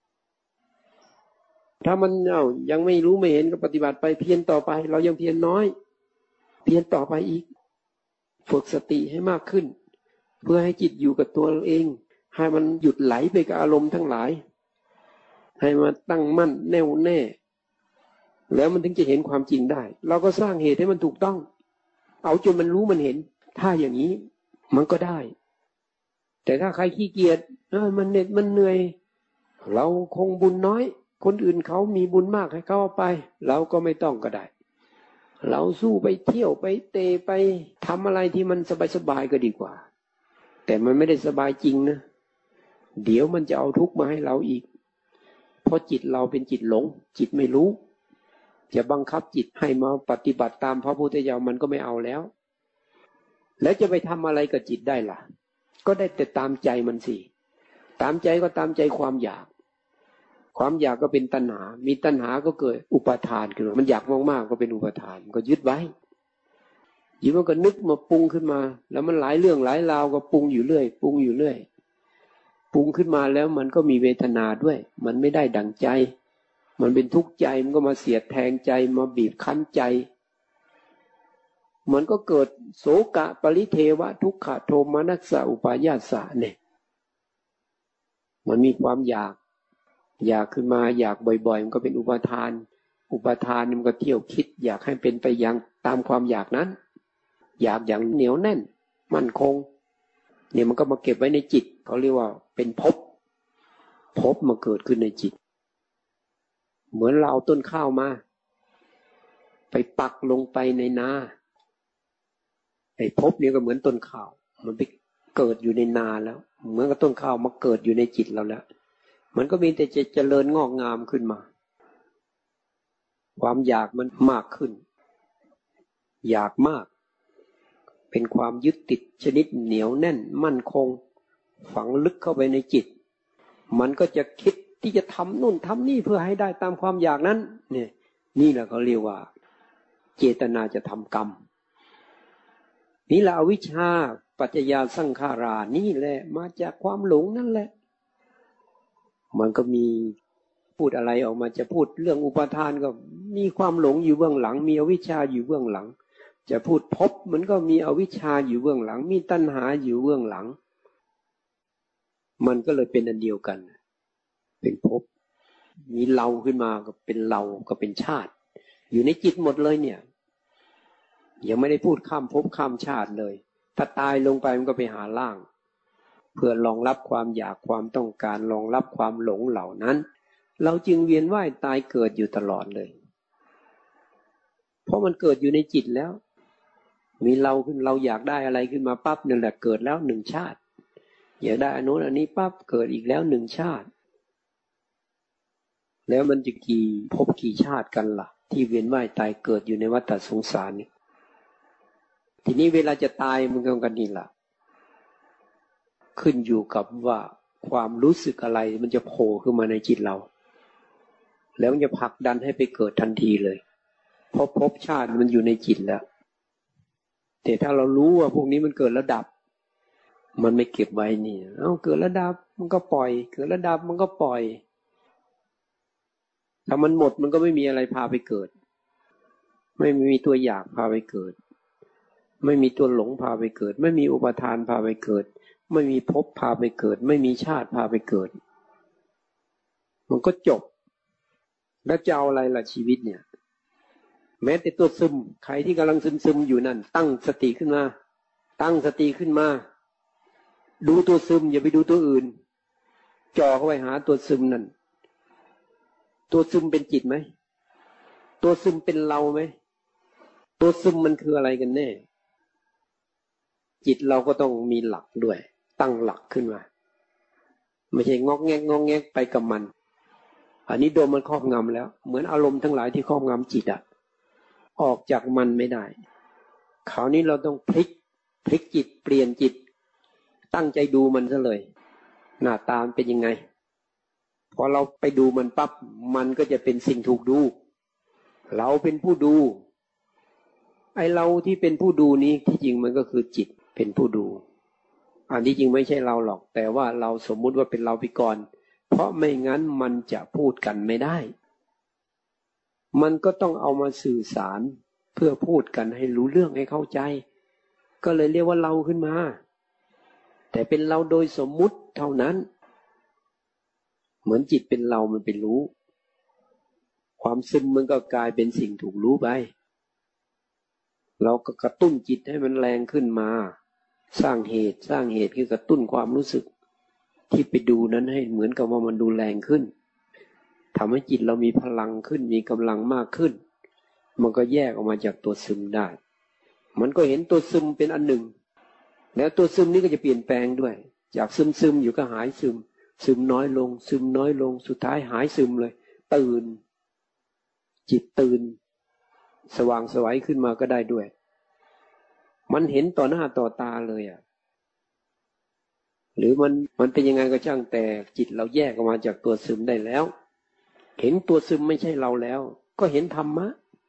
ถ้ามันเอายังไม่รู้ไม่เห็นก็ปฏิบัติไปเพียรต่อไปเรายังเพียรน้อยเพียรต่อไปอีกฝึกสติให้มากขึ้นเพื่อให้จิตอยู่กับตัวเองให้มันหยุดไหลไปกับอารมณ์ทั้งหลายให้มันตั้งมั่นแน่วแน่แล้วมันถึงจะเห็นความจริงได้เราก็สร้างเหตุให้มันถูกต้องเอาจนมันรู้มันเห็นถ้าอย่างนี้มันก็ได้แต่ถ้าใครขี้เกียจเออมันเหน็ดมันเหนื่อยเราคงบุญน้อยคนอื่นเขามีบุญมากให้เขาไปเราก็ไม่ต้องก็ได้เราสู้ไปเที่ยวไปเตะไปทำอะไรที่มันสบายๆก็ดีกว่าแต่มันไม่ได้สบายจริงนะเดี๋ยวมันจะเอาทุกข์มาให้เราอีกเพราะจิตเราเป็นจิตหลงจิตไม่รู้จะบังคับจิตให้มาปฏิบัติตามพระพุทธเจ้ามันก็ไม่เอาแล้วแล้วจะไปทำอะไรกับจิตได้ล่ะก็ได้แต่ตามใจมันสิตามใจก็ตามใจความอยากความอยากก็เป็นตัณหามีตัณหาก็เกิดอุปาทานขึ้นมามันอยากมากๆก็เป็นอุปาทานก็ยึดไว้ยิ่งมันก็นึกมาปรุงขึ้นมาแล้วมันหลายเรื่องหลายราวก็ปรุงอยู่เรื่อยปรุงอยู่เรื่อยปรุงขึ้นมาแล้วมันก็มีเวทนาด้วยมันไม่ได้ดั่งใจมันเป็นทุกข์ใจมันก็มาเสียดแทงใจมาบีบคั้นใจมันก็เกิดโศกะปริเทวะทุกขโทมนัสสะอุปายาสะเนี่ยมันมีความอยากอยากขึ้นมาอยากบ่อยๆมันก็เป็นอุปาทานอุปาทานมันก็เที่ยวคิดอยากให้เป็นไปอย่างตามความอยากนั้นอยากอย่างเหนียวแน่นมั่นคงเนี่ยมันก็มาเก็บไว้ในจิตเขาเรียกว่าเป็นภพภพมาเกิดขึ้นในจิตเหมือนเราเอาต้นข้าวมาไปปักลงไปในนาไอ้ภพเนี่ยก็เหมือนต้นข้าวมันไปเกิดอยู่ในนาแล้วเหมือนกับต้นข้าวมาเกิดอยู่ในจิตเราแล้วมันก็มีแต่จะเจริญงอกงามขึ้นมาความอยากมันมากขึ้นอยากมากเป็นความยึดติดชนิดเหนียวแน่นมั่นคงฝังลึกเข้าไปในจิตมันก็จะคิดที่จะทำนู่นทำนี่เพื่อให้ได้ตามความอยากนั้นเนี่ยนี่แหละเขาเรียกว่าเจตนาจะทำกรรมนี่แหละอวิชชาปัจจยาสังขารานี่แหละมาจากความหลงนั่นแหละมันก็มีพูดอะไรออกมาจะพูดเรื่องอุปาทานก็มีความหลงอยู่เบื้องหลังมีอวิชชาอยู่เบื้องหลังจะพูดภพมันก็มีอวิชชาอยู่เบื้องหลังมีตัณหาอยู่เบื้องหลังมันก็เลยเป็นอันเดียวกันเป็นภพมีเราขึ้นมาก็เป็นเราก็เป็นชาติอยู่ในจิตหมดเลยเนี่ยยังไม่ได้พูดข้ามภพข้ามชาติเลยถ้าตายลงไปมันก็ไปหาร่างเพื่อรองรับความอยากความต้องการรองรับความหลงเหล่านั้นเราจึงเวียนว่ายตายเกิดอยู่ตลอดเลยเพราะมันเกิดอยู่ในจิตแล้วมีเราขึ้นเราอยากได้อะไรขึ้นมาปั๊บนั่นแหละเกิดแล้วหนึ่งชาติอยากได้อันโน้นอันนี้ปั๊บเกิดอีกแล้วหนึ่งชาติแล้วมันจะกี่ภพกี่ชาติกันล่ะที่เวียนว่ายตายเกิดอยู่ในวัฏสงสารนี่ทีนี้เวลาจะตายมันก็กันนี่ล่ะขึ้นอยู่กับว่าความรู้สึกอะไรมันจะโผล่ขึ้นมาในจิตเราแล้วมันจะผลักดันให้ไปเกิดทันทีเลยเพราะภพชาติมันอยู่ในจิตแล้วแต่ถ้าเรารู้ว่าพวกนี้มันเกิดแล้วดับมันไม่เก็บไว้นี่เอ้าเกิดแล้วดับมันก็ปล่อยเกิดแล้วดับมันก็ปล่อยถ้ามันหมดมันก็ไม่มีอะไรพาไปเกิดไม่มีตัวอยากพาไปเกิดไม่มีตัวหลงพาไปเกิดไม่มีอุปทานพาไปเกิดไม่มีภพพาไปเกิดไม่มีชาติพาไปเกิดมันก็จบแล้วจะเอาอะไรล่ะชีวิตเนี่ยแม้แต่ตัวซึมใครที่กำลังซึมซึมอยู่นั่นตั้งสติขึ้นมาตั้งสติขึ้นมาดูตัวซึมอย่าไปดูตัวอื่นจ่อเข้าไปหาตัวซึมนั่นตัวซึมเป็นจิตไหมตัวซึมเป็นเราไหมตัวซึมมันคืออะไรกันแน่จิตเราก็ต้องมีหลักด้วยตั้งหลักขึ้นมาไม่ใช่งอกแงกงอกแงกไปกับมันอันนี้โดนมันครอบงำแล้วเหมือนอารมณ์ทั้งหลายที่ครอบงำจิตอะออกจากมันไม่ได้คราวนี้เราต้องพลิกพลิกจิตเปลี่ยนจิตตั้งใจดูมันซะเลยหน้าตาเป็นยังไงพอเราไปดูมันปั๊บมันก็จะเป็นสิ่งถูกดูเราเป็นผู้ดูไอเราที่เป็นผู้ดูนี้ที่จริงมันก็คือจิตเป็นผู้ดูอันที่จริงไม่ใช่เราหรอกแต่ว่าเราสมมุติว่าเป็นเราไปก่อนเพราะไม่งั้นมันจะพูดกันไม่ได้มันก็ต้องเอามาสื่อสารเพื่อพูดกันให้รู้เรื่องให้เข้าใจก็เลยเรียกว่าเราขึ้นมาแต่เป็นเราโดยสมมุติเท่านั้นเหมือนจิตเป็นเรามันเป็นรู้ความซึมมันก็กลายเป็นสิ่งถูกรู้ไปเราก็กระตุ้นจิตให้มันแรงขึ้นมาสร้างเหตุสร้างเหตุคือกระตุ้นความรู้สึกที่ไปดูนั้นให้เหมือนกับว่ามันดูแรงขึ้นทำให้จิตเรามีพลังขึ้นมีกำลังมากขึ้นมันก็แยกออกมาจากตัวซึมได้มันก็เห็นตัวซึมเป็นอันหนึ่งแล้วตัวซึมนี้ก็จะเปลี่ยนแปลงด้วยจากซึมซึมอยู่ก็หายซึมซึมน้อยลงซึมน้อยลงสุดท้ายหายซึมเลยตื่นจิตตื่นสว่างไสวขึ้นมาก็ได้ด้วยมันเห็นต่อหน้าต่อตาเลยอ่ะหรือมันมันเป็นยังไงก็ช่างแต่จิตเราแยกออกมาจากตัวซึมได้แล้วเห็นตัวซึมไม่ใช่เราแล้วก็เห็นธรรมะ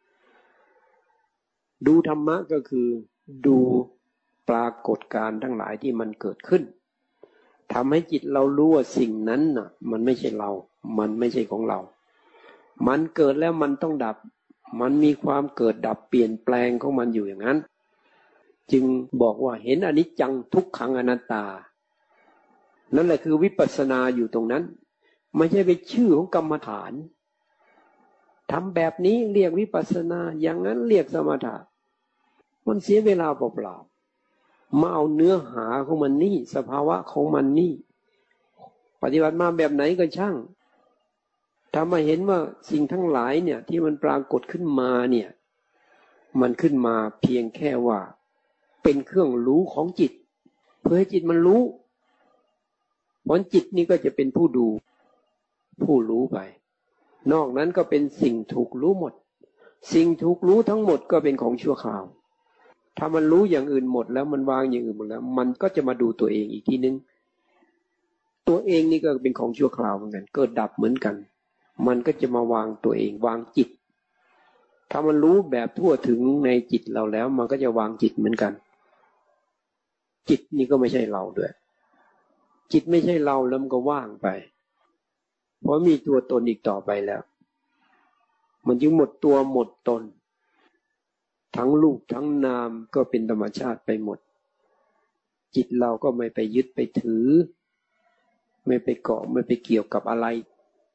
ดูธรรมะก็คือดูปรากฏการณ์ทั้งหลายที่มันเกิดขึ้นทำให้จิตเรารู้ว่าสิ่งนั้นน่ะมันไม่ใช่เรามันไม่ใช่ของเรามันเกิดแล้วมันต้องดับมันมีความเกิดดับเปลี่ยนแปลงของมันอยู่อย่างนั้นจึงบอกว่าเห็นอนิจจังทุกขังอนัตตานั่นแหละคือวิปัสสนาอยู่ตรงนั้นไม่ใช่เป็นชื่อของกรรมฐานทำแบบนี้เรียกวิปัสสนาอย่างนั้นเรียกสมถะมันเสียเวลาเปล่าๆมาเอาเนื้อหาของมันนี่สภาวะของมันนี่ปฏิบัติมาแบบไหนก็ช่างถ้ามาเห็นว่าสิ่งทั้งหลายเนี่ยที่มันปรากฏขึ้นมาเนี่ยมันขึ้นมาเพียงแค่ว่าเป็นเครื่องรู้ของจิตเพื่อให้จิตมันรู้ผลจิตนี่ก็จะเป็นผู้ดูผู้รู้ไปนอกนั้นก็เป็นสิ่งถูกรู้หมดสิ่งถูกรู้ทั้งหมดก็เป็นของชั่วคราวถ้ามันรู้อย่างอื่นหมดแล้วมันวางอย่างอื่นหมดแล้วมันก็จะมาดูตัวเองอีกทีนึงตัวเองนี่ก็เป็นของชั่วคราวเหมือนกันเกิดดับเหมือนกันมันก็จะมาวางตัวเองวางจิตถ้ามันรู้แบบทั่วถึงในจิตเราแล้วมันก็จะวางจิตเหมือนกันจิตนี่ก็ไม่ใช่เราด้วยจิตไม่ใช่เราแล้วมันก็ว่างไปเพราะมีตัวตนอีกต่อไปแล้วมันจึงหมดตัวหมดตนทั้งรูปทั้งนามก็เป็นธรรมชาติไปหมดจิตเราก็ไม่ไปยึดไปถือไม่ไปเกาะไม่ไปเกี่ยวกับอะไร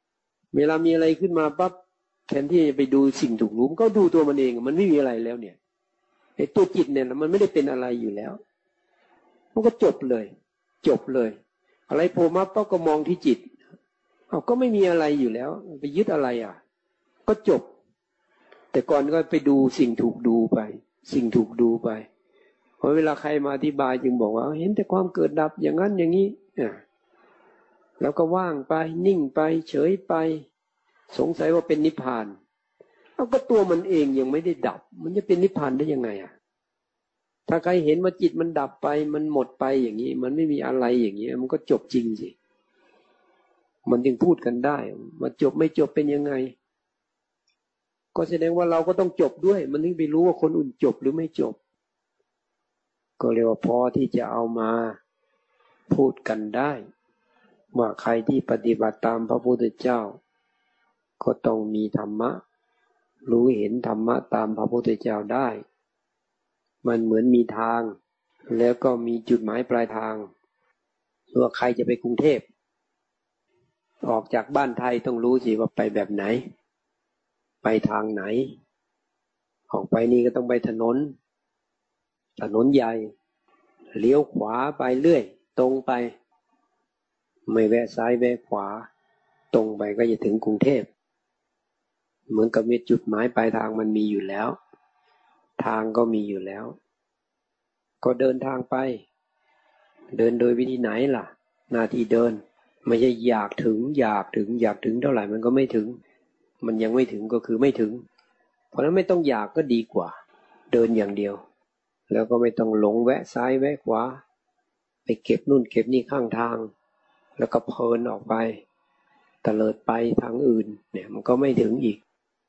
เวลามีอะไรขึ้นมาปั๊บแทนที่ไปดูสิ่งถูกรู้ก็ดูตัวมันเองมันไม่มีอะไรแล้วเนี่ยไอ้ตัวจิตเนี่ยมันไม่ได้เป็นอะไรอยู่แล้วมันก็จบเลยจบเลยอะไรโผล่มาปั๊บก็มองที่จิตเอาก็ไม่มีอะไรอยู่แล้วไปยึดอะไรอ่ะก็จบแต่ก่อนก็ไปดูสิ่งถูกดูไปสิ่งถูกดูไปพอเวลาใครมาอธิบายจึงบอกว่าเห็นแต่ความเกิดดับอย่างนั้นอย่างนี้อ่ะแล้วก็ว่างไปนิ่งไปเฉยไปสงสัยว่าเป็นนิพพานเอาก็ตัวมันเองยังไม่ได้ดับมันจะเป็นนิพพานได้ยังไงอ่ะถ้าใครเห็นว่าจิตมันดับไปมันหมดไปอย่างนี้มันไม่มีอะไรอย่างนี้มันก็จบจริงสิมันจึงพูดกันได้ว่าจบไม่จบเป็นยังไงก็แสดงว่าเราก็ต้องจบด้วยมันถึงไปรู้ว่าคนอื่นจบหรือไม่จบก็เรียกว่าพอที่จะเอามาพูดกันได้ว่าใครที่ปฏิบัติตามพระพุทธเจ้าก็ต้องมีธรรมะรู้เห็นธรรมะตามพระพุทธเจ้าได้มันเหมือนมีทางแล้วก็มีจุดหมายปลายทางว่าใครจะไปกรุงเทพออกจากบ้านไทยต้องรู้สิว่าไปแบบไหนไปทางไหนออกไปนี่ก็ต้องไปถนนถนนใหญ่เลี้ยวขวาไปเรื่อยตรงไปไม่แวะซ้ายแวะขวาตรงไปก็จะถึงกรุงเทพเหมือนกับมีจุดหมายปลายทางมันมีอยู่แล้วทางก็มีอยู่แล้วก็เดินทางไปเดินโดยวิธีไหนล่ะหน้าที่เดินไม่ใช่อยากถึงอยากถึงอยากถึงเท่าไหร่มันก็ไม่ถึงมันยังไม่ถึงก็คือไม่ถึงเพราะฉะนั้นไม่ต้องอยากก็ดีกว่าเดินอย่างเดียวแล้วก็ไม่ต้องหลงแวะซ้ายแวะขวาไปเก็บนู่นเก็บนี่ข้างทางแล้วก็เพลินออกไปตะเลิดไปทางอื่นเนี่ยมันก็ไม่ถึงอีก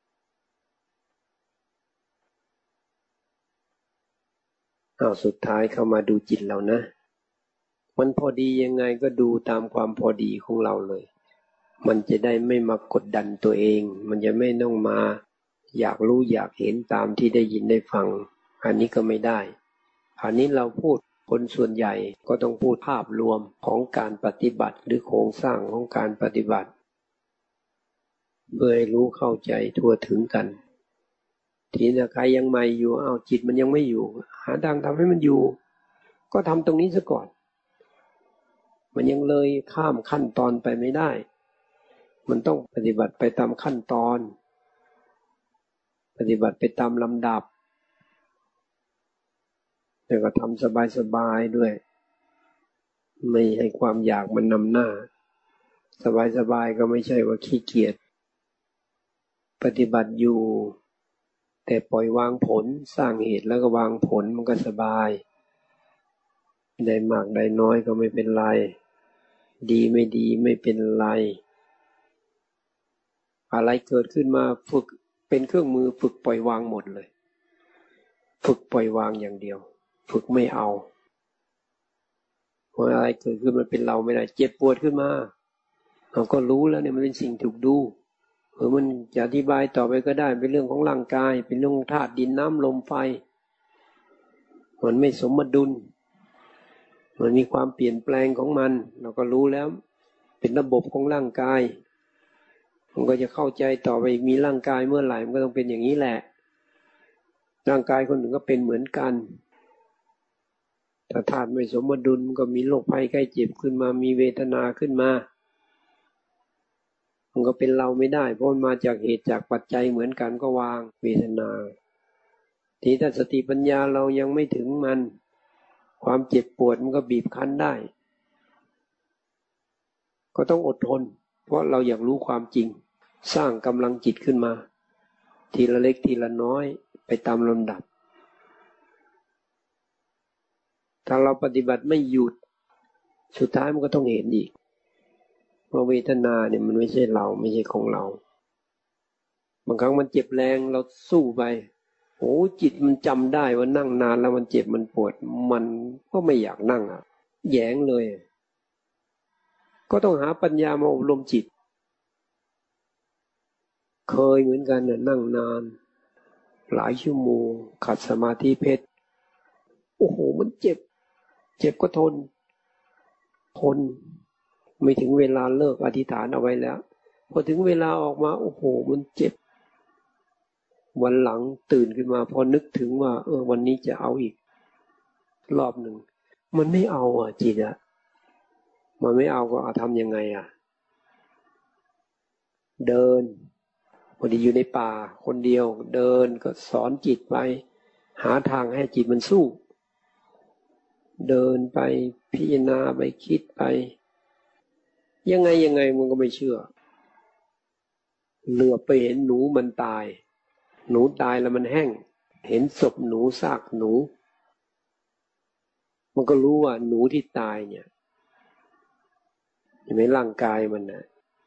เอาสุดท้ายเข้ามาดูจิตเรานะมันพอดียังไงก็ดูตามความพอดีของเราเลยมันจะได้ไม่มากดดันตัวเองมันจะไม่ต้องมาอยากรู้อยากเห็นตามที่ได้ยินได้ฟังอันนี้ก็ไม่ได้อันนี้เราพูดคนส่วนใหญ่ก็ต้องพูดภาพรวมของการปฏิบัติหรือโครงสร้างของการปฏิบัติเพื่อให้รู้เข้าใจทั่วถึงกันทีนี้ใครยังใหม่อยู่อ้าวจิตมันยังไม่อยู่หาทางทำให้มันอยู่ก็ทำตรงนี้ซะก่อนมันยังเลยข้ามขั้นตอนไปไม่ได้มันต้องปฏิบัติไปตามขั้นตอนปฏิบัติไปตามลำดับแต่ก็ทำสบายๆด้วยไม่ให้ความอยากมันนำหน้าสบายๆก็ไม่ใช่ว่าขี้เกียจปฏิบัติอยู่แต่ปล่อยวางผลสร้างเหตุแล้วก็วางผลมันก็สบายได้มากได้น้อยก็ไม่เป็นไรดีไม่ดีไม่เป็นไรอะไรเกิดขึ้นมาฝึกเป็นเครื่องมือฝึกปล่อยวางหมดเลยฝึกปล่อยวางอย่างเดียวฝึกไม่เอาเพราะอะไรเกิดขึ้นมันเป็นเราไม่ได้เจ็บปวดขึ้นมาเราก็รู้แล้วเนี่ยมันเป็นสิ่งถูกดูหรือมันจะอธิบายต่อไปก็ได้เป็นเรื่องของร่างกายเป็นเรื่องของธาตุดินน้ำลมไฟมันไม่สมดุลมันมีความเปลี่ยนแปลงของมันเราก็รู้แล้วเป็นระบบของร่างกายมันก็จะเข้าใจต่อไปมีร่างกายเมื่อไหร่มันก็ต้องเป็นอย่างนี้แหละร่างกายคนหนึ่งก็เป็นเหมือนกันถ้าธาตุไม่สมดุลมันก็มีโรคภัยไข้เจ็บขึ้นมามีเวทนาขึ้นมามันก็เป็นเราไม่ได้เพราะมันมาจากเหตุจากปัจจัยเหมือนกันก็วางเวทนาทีถ้าสติปัญญาเรายังไม่ถึงมันความเจ็บปวดมันก็บีบคั้นได้ก็ต้องอดทนเพราะเราอยากรู้ความจริงสร้างกำลังจิตขึ้นมาทีละเล็กทีละน้อยไปตามลำดับถ้าเราปฏิบัติไม่หยุดสุดท้ายมันก็ต้องเห็นอีกว่าเวทนาเนี่ยมันไม่ใช่เราไม่ใช่ของเราบางครั้งมันเจ็บแรงเราสู้ไปโอ้จิตมันจำได้ว่านั่งนานแล้วมันเจ็บมันปวดมันก็ไม่อยากนั่งอ่ะแย้งเลยก็ต้องหาปัญญามาอบรมจิตเคยเหมือนกันน่ะนั่งนานหลายชั่วโมงขัดสมาธิเพชรโอ้โหมันเจ็บเจ็บก็ทนทนไม่ถึงเวลาเลิกอธิษฐานเอาไว้แล้วพอถึงเวลาออกมาโอ้โหมันเจ็บวันหลังตื่นขึ้นมาพอนึกถึงว่าเออวันนี้จะเอาอีกรอบหนึ่งมันไม่เอาอ่ะจิตอ่ะมันไม่เอาก็เอาทำยังไงอ่ะเดินพอดีอยู่ในป่าคนเดียวเดินก็สอนจิตไปหาทางให้จิตมันสู้เดินไปพิจารณาไปคิดไปยังไงยังไงมันก็ไม่เชื่อเหลือไปเห็นหนูมันตายหนูตายแล้วมันแห้งเห็นศพหนูซากหนูมันก็รู้ว่าหนูที่ตายเนี่ยเห็นไหมร่างกายมันนะ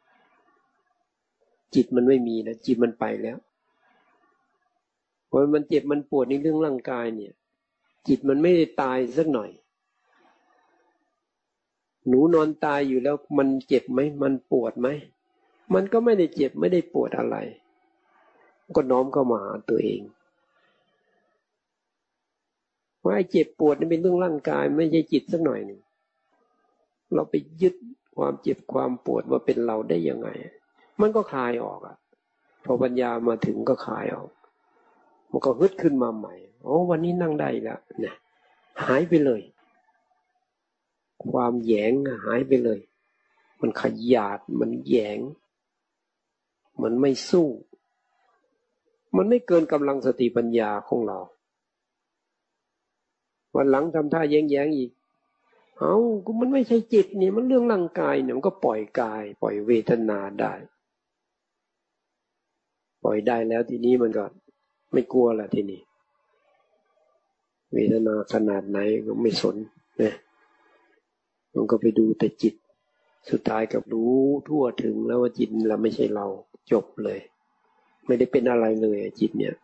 จิตมันไม่มีนะจิตมันไปแล้วพอมันเจ็บมันปวดในเรื่องร่างกายเนี่ยจิตมันไม่ได้ตายสักหน่อยหนูนอนตายอยู่แล้วมันเจ็บไหมมันปวดไหมมันก็ไม่ได้เจ็บไม่ได้ปวดอะไรก็น้อมเข้ามาหาตัวเองว่าไอ้เจ็บปวดนี่เป็นเรื่องร่างกายไม่ใช่จิตสักหน่อยหนึ่งเราไปยึดความเจ็บความปวดว่าเป็นเราได้ยังไงมันก็คลายออกอ่ะพอปัญญามาถึงก็คลายออกมันก็ฮึดขึ้นมาใหม่โอ้วันนี้นั่งได้แล้วเนี่ยหายไปเลยความแยงหายไปเลยมันขยาดมันแยงมันไม่สู้มันไม่เกินกำลังสติปัญญาของเราวันหลังทำท่าแย้งๆอีกเอ้าก็มันไม่ใช่จิตเนี่ยมันเรื่องร่างกายเนี่ยมันก็ปล่อยกายปล่อยเวทนาได้ปล่อยได้แล้วทีนี้มันก็ไม่กลัวละทีนี้เวทนาขนาดไหนก็ไม่สนเนี่ยมันก็ไปดูแต่จิตสุดท้ายกับรู้ทั่วถึงแล้วว่าจิตเราไม่ใช่เราจบเลยไม่ได้เป็นอะไรเลยจิตเนี่ย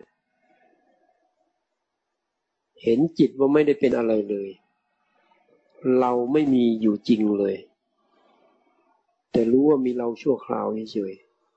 เห็นจิตว่าไม่ได้เป็นอะไรเลยเราไม่มีอยู่จริงเลยแต่รู้ว่ามีเราชั่วคราวเฉย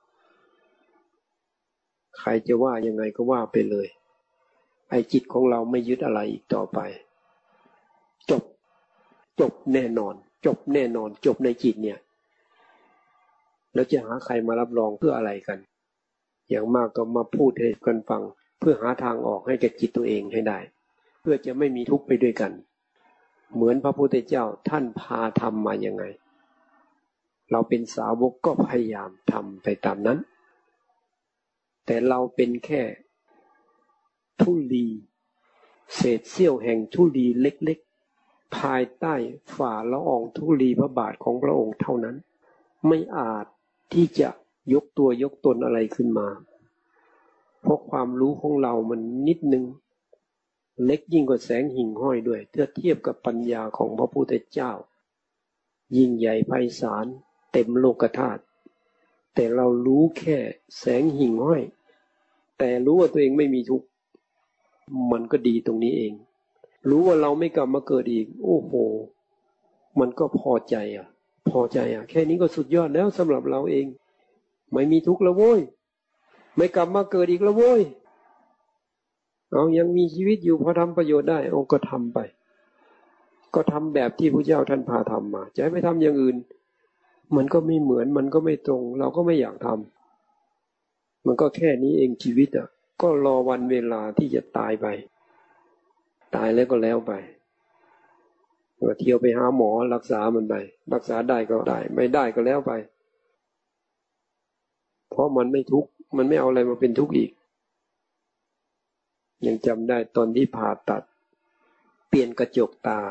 ๆใครจะว่ายังไงก็ว่าไปเลยไอ้จิตของเราไม่ยึดอะไรอีกต่อไปจบจบแน่นอนจบแน่นอนจบในจิตเนี่ยแล้วจะหาใครมารับรองเพื่ออะไรกันอย่างมากก็มาพูดให้กันฟังเพื่อหาทางออกให้แก่จิตตัวเองให้ได้เพื่อจะไม่มีทุกข์ไปด้วยกันเหมือนพระพุทธเจ้าท่านพาทำมายังไงเราเป็นสาวกก็พยายามทำไปตามนั้นแต่เราเป็นแค่ธุลีเศษเสี้ยวแห่งธุลีเล็กๆภายใต้ฝ่าละอองธุลีพระบาทของพระองค์เท่านั้นไม่อาจที่จะยกตัวยกตนอะไรขึ้นมาเพราะความรู้ของเรามันนิดนึงเล็กยิ่งกว่าแสงหิ่งห้อยด้วยเทียบเทียบกับปัญญาของพระพุทธเจ้ายิ่งใหญ่ไพศาลเต็มโลกธาตุแต่เรารู้แค่แสงหิ่งห้อยแต่รู้ว่าตัวเองไม่มีทุกข์มันก็ดีตรงนี้เองรู้ว่าเราไม่กลับมาเกิดอีกโอ้โหมันก็พอใจอ่ะพอใจอ่ะแค่นี้ก็สุดยอดแล้วสำหรับเราเองไม่มีทุกข์แล้วโว้ยไม่กลับมาเกิดอีกแล้วโว้ยเอายังมีชีวิตอยู่พอทำประโยชน์ได้เอาก็ทำไปก็ทำแบบที่พระเจ้าท่านพาทำมาจะให้ไปทำอย่างอื่นมันก็ไม่เหมือนมันก็ไม่ตรงเราก็ไม่อยากทำมันก็แค่นี้เองชีวิตอ่ะก็รอวันเวลาที่จะตายไปตายแล้วก็แล้วไปก็เที่ยวไปหาหมอรักษามันไปรักษาได้ก็ได้ไม่ได้ก็แล้วไปเพราะมันไม่ทุกข์มันไม่เอาอะไรมาเป็นทุกข์อีกยังจำได้ตอนที่ผ่าตัดเปลี่ยนกระจกตา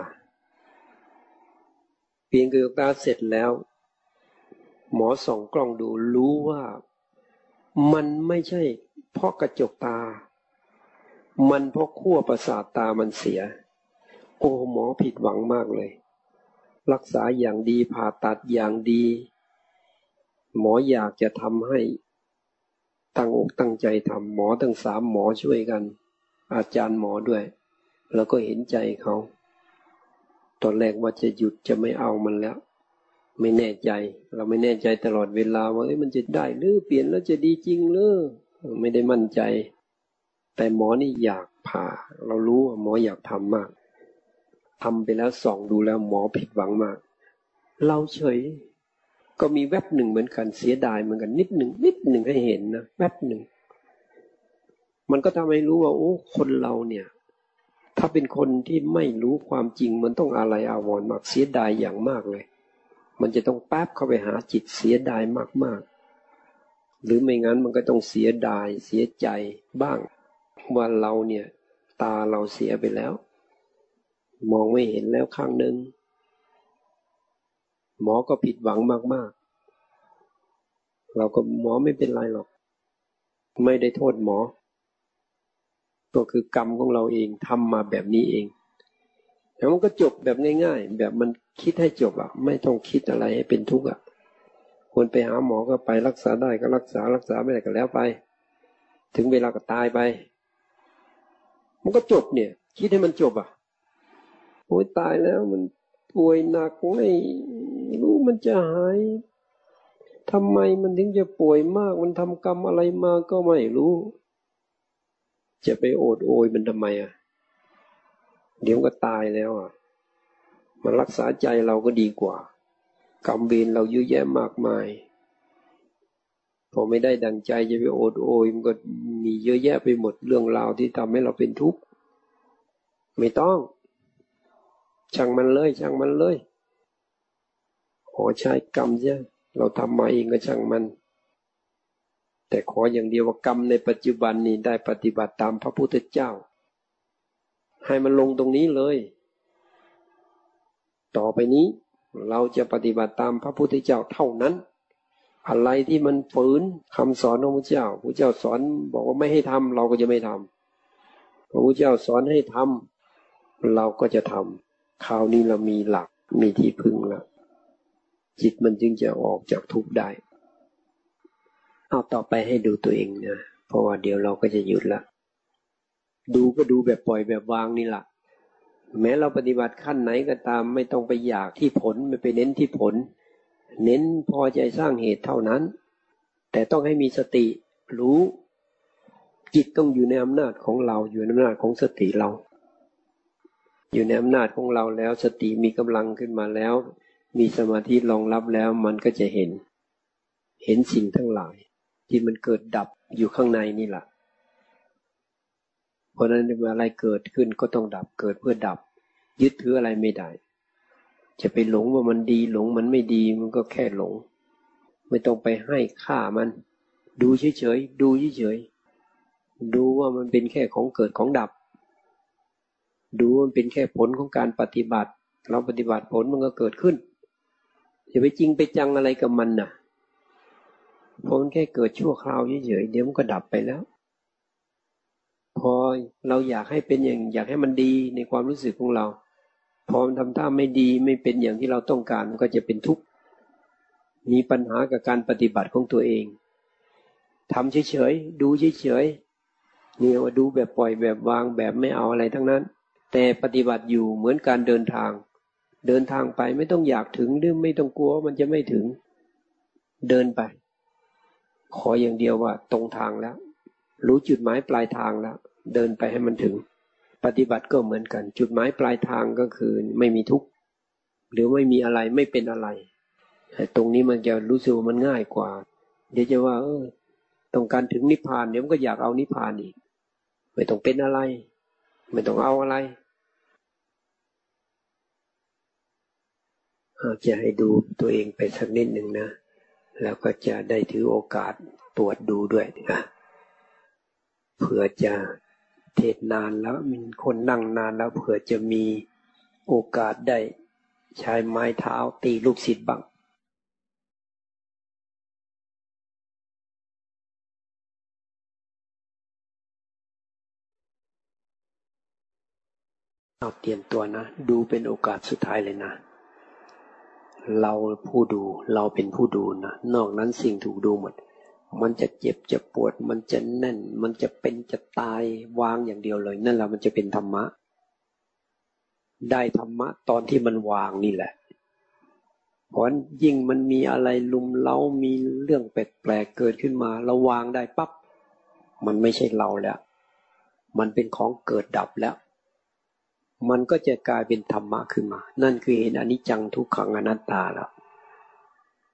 เปลี่ยนกระจกตาเสร็จแล้วหมอส่องกล้องดูรู้ว่ามันไม่ใช่เพราะกระจกตามันเพราะขั้วประสาทตามันเสียโอ้หมอผิดหวังมากเลยรักษาอย่างดีผ่าตัดอย่างดีหมออยากจะทำให้ตั้งอกตั้งใจทำหมอทั้งสามหมอช่วยกันอาจารย์หมอด้วยแล้วก็เห็นใจเขาตอนแรกว่าจะหยุดจะไม่เอามันแล้วไม่แน่ใจเราไม่แน่ใจตลอดเวลาว่าเอ้ยมันจะได้หรือเปลี่ยนแล้วจะดีจริงหรือไม่ได้มั่นใจแต่หมอนี่อยากผ่าเรารู้ว่าหมออยากทำมากทำไปแล้วส่องดูแล้วหมอผิดหวังมากเราเฉยก็มีแวบหนึ่งเหมือนกันเสียดายเหมือนกันนิดหนึ่งนิดหนึ่งให้เห็นนะแวบหนึ่งมันก็ทำให้รู้ว่าโอ้คนเราเนี่ยถ้าเป็นคนที่ไม่รู้ความจริงมันต้องอะไรอาวรณ์มากเสียดายอย่างมากเลยมันจะต้องแป๊บเข้าไปหาจิตเสียดายมากๆหรือไม่งั้นมันก็ต้องเสียดายเสียใจบ้างว่าเราเนี่ยตาเราเสียไปแล้วมองไม่เห็นแล้วข้างหนึ่งหมอก็ผิดหวังมากๆเราก็หมอไม่เป็นไรหรอกไม่ได้โทษหมอก็คือกรรมของเราเองทำมาแบบนี้เองแล้วมันก็จบแบบง่ายๆแบบมันคิดให้จบอ่ะไม่ต้องคิดอะไรให้เป็นทุกข์อ่ะควรไปหาหมอก็ไปรักษาได้ก็รักษารักษาไม่ได้ก็แล้วไปถึงเวลาก็ตายไปมันก็จบเนี่ยคิดให้มันจบอ่ะโอ้ยตายแล้วมันป่วยหนักไม่รู้มันจะหายทำไมมันถึงจะป่วยมากมันทำกรรมอะไรมาก็ไม่รู้จะไปโอดโอยมันทำไมอ่ะเดี๋ยวก็ตายแล้วอ่ะมันรักษาใจเราก็ดีกว่ากรรมเวรเราเยอะแยะมากมายพอไม่ได้ดังใจจะไปโอดโอยมันก็มีเยอะแยะไปหมดเรื่องราวที่ทำให้เราเป็นทุกข์ไม่ต้องช่างมันเลยช่างมันเลยขอใช้กรรมใช่เราทำมาเองก็ช่างมันแต่ขออย่างเดียวว่ากรรมในปัจจุบันนี้ได้ปฏิบัติตามพระพุทธเจ้าให้มันลงตรงนี้เลยต่อไปนี้เราจะปฏิบัติตามพระพุทธเจ้าเท่านั้นอะไรที่มันฝืนคำสอนของพระเจ้าพระเจ้าสอนบอกว่าไม่ให้ทำเราก็จะไม่ทำพระพุทธเจ้าสอนให้ทำเราก็จะทำคราวนี้เรามีหลักมีที่พึ่งแล้วจิตมันจึงจะออกจากทุกข์ได้เอาต่อไปให้ดูตัวเองนะเพราะว่าเดี๋ยวเราก็จะหยุดละดูก็ดูแบบปล่อยแบบวางนี่แหละแม้เราปฏิบัติขั้นไหนก็ตามไม่ต้องไปอยากที่ผลไม่ไปเน้นที่ผลเน้นพอใจสร้างเหตุเท่านั้นแต่ต้องให้มีสติรู้จิตต้องอยู่ในอำนาจของเราอยู่ในอำนาจของสติเราอยู่ในอำนาจของเราแล้วสติมีกำลังขึ้นมาแล้วมีสมาธิรองรับแล้วมันก็จะเห็นเห็นสิ่งทั้งหลายที่มันเกิดดับอยู่ข้างในนี่แหละเพราะฉะนั้นเมื่ออะไรเกิดขึ้นก็ต้องดับเกิดเพื่อดับยึดถืออะไรไม่ได้จะไปหลงว่ามันดีหลงมันไม่ดีมันก็แค่หลงไม่ต้องไปให้ค่ามันดูเฉยๆดูเฉยๆดูว่ามันเป็นแค่ของเกิดของดับดูว่ามันเป็นแค่ผลของการปฏิบัติเราปฏิบัติผลมันก็เกิดขึ้นอย่าไปจริงไปจังอะไรกับมันน่ะเพราะมันแค่เกิดชั่วคราวเฉยๆเดี๋ยวมันก็ดับไปแล้วพอเราอยากให้เป็นอย่างอยากให้มันดีในความรู้สึกของเราพอมันทำท่าไม่ดีไม่เป็นอย่างที่เราต้องการมันก็จะเป็นทุกข์มีปัญหากับการปฏิบัติของตัวเองทำเฉยๆดูเฉยๆเนี่ยว่าดูแบบปล่อยแบบวางแบบไม่เอาอะไรทั้งนั้นแต่ปฏิบัติอยู่เหมือนการเดินทางเดินทางไปไม่ต้องอยากถึงหรือไม่ต้องกลัวว่ามันจะไม่ถึงเดินไปขออย่างเดียวว่าตรงทางแล้วรู้จุดหมายปลายทางแล้วเดินไปให้มันถึงปฏิบัติก็เหมือนกันจุดหมายปลายทางก็คือไม่มีทุกข์หรือไม่มีอะไรไม่เป็นอะไรแต่ตรงนี้มันจะรู้สึกว่ามันง่ายกว่าเดี๋ยวจะว่าเออต้องการถึงนิพพานเดี๋ยวมันก็อยากเอานิพพานอีกไม่ต้องเป็นอะไรไม่ต้องเอาอะไรจะให้ดูตัวเองไปสักนิดหนึ่งนะแล้วก็จะได้ถือโอกาสตรวจดูด้วยนะเผื่อจะเทศนานแล้วมีคนนั่งนานแล้วเผื่อจะมีโอกาสได้ใช้ไม้เท้าตีลูกศิษย์บ้างเอาเตรียมตัวนะดูเป็นโอกาสสุดท้ายเลยนะเราผู้ดูเราเป็นผู้ดูนะนอกนั้นสิ่งถูกดูหมดมันจะเจ็บจะปวดมันจะแน่นมันจะเป็นจะตายวางอย่างเดียวเลยนั่นแหละมันจะเป็นธรรมะได้ธรรมะตอนที่มันวางนี่แหละเพราะยิ่งมันมีอะไรลุมเล้ามีเรื่องแปลกๆเกิดขึ้นมาเราวางได้ปั๊บมันไม่ใช่เราแล้วมันเป็นของเกิดดับแล้วมันก็จะกลายเป็นธรรมะขึ้นมานั่นคือเห็นอนิจจังทุกขังอนัตตาแล้ว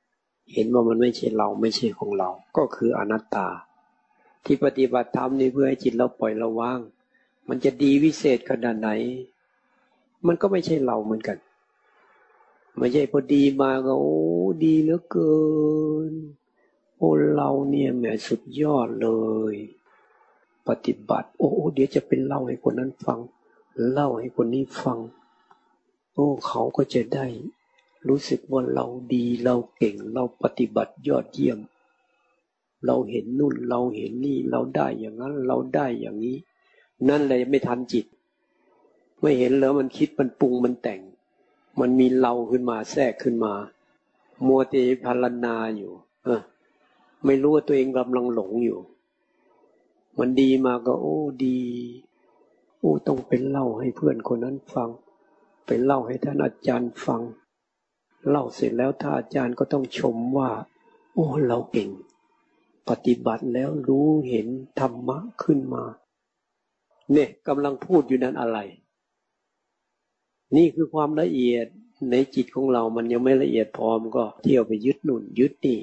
เห็นว่ามันไม่ใช่เราไม่ใช่ของเราก็คืออนัตตาที่ปฏิบัติธรรมนี่เพื่อให้จิตเราปล่อยเราวางมันจะดีวิเศษขนาดไหนมันก็ไม่ใช่เราเหมือนกันไม่ใช่พอดีมาก็โอ้ดีเหลือเกินโอ้เราเนี่ยแหมสุดยอดเลยปฏิบัติโอ้เดี๋ยวจะเป็นเล่าให้คนนั้นฟังเล่าให้คนนี้ฟังโอ้เขาก็จะได้รู้สึกว่าเราดีเราเก่งเราปฏิบัติยอดเยี่ยมเราเห็นนู่นเราเห็นนี่เราได้อย่างนั้นเราได้อย่างนี้นั่นเลยไม่ทันจิตไม่เห็นแล้วมันคิดมันปรุงมันแต่งมันมีเราขึ้นมาแทรกขึ้นมามัวแต่พรรณนาอยู่เออไม่รู้ว่าตัวเองกำลังหลงอยู่มันดีมาก็โอ้ดีโอ้ต้องเป็นเล่าให้เพื่อนคนนั้นฟังไปเล่าให้ท่านอาจารย์ฟังเล่าเสร็จแล้วท่านอาจารย์ก็ต้องชมว่าโอ้เราเก่งปฏิบัติแล้วรู้เห็นธรรมะขึ้นมาเนี่ยกำลังพูดอยู่นั้นอะไรนี่คือความละเอียดในจิตของเรามันยังไม่ละเอียดพอมันก็เที่ยวไปยึดนู่นยึดนี่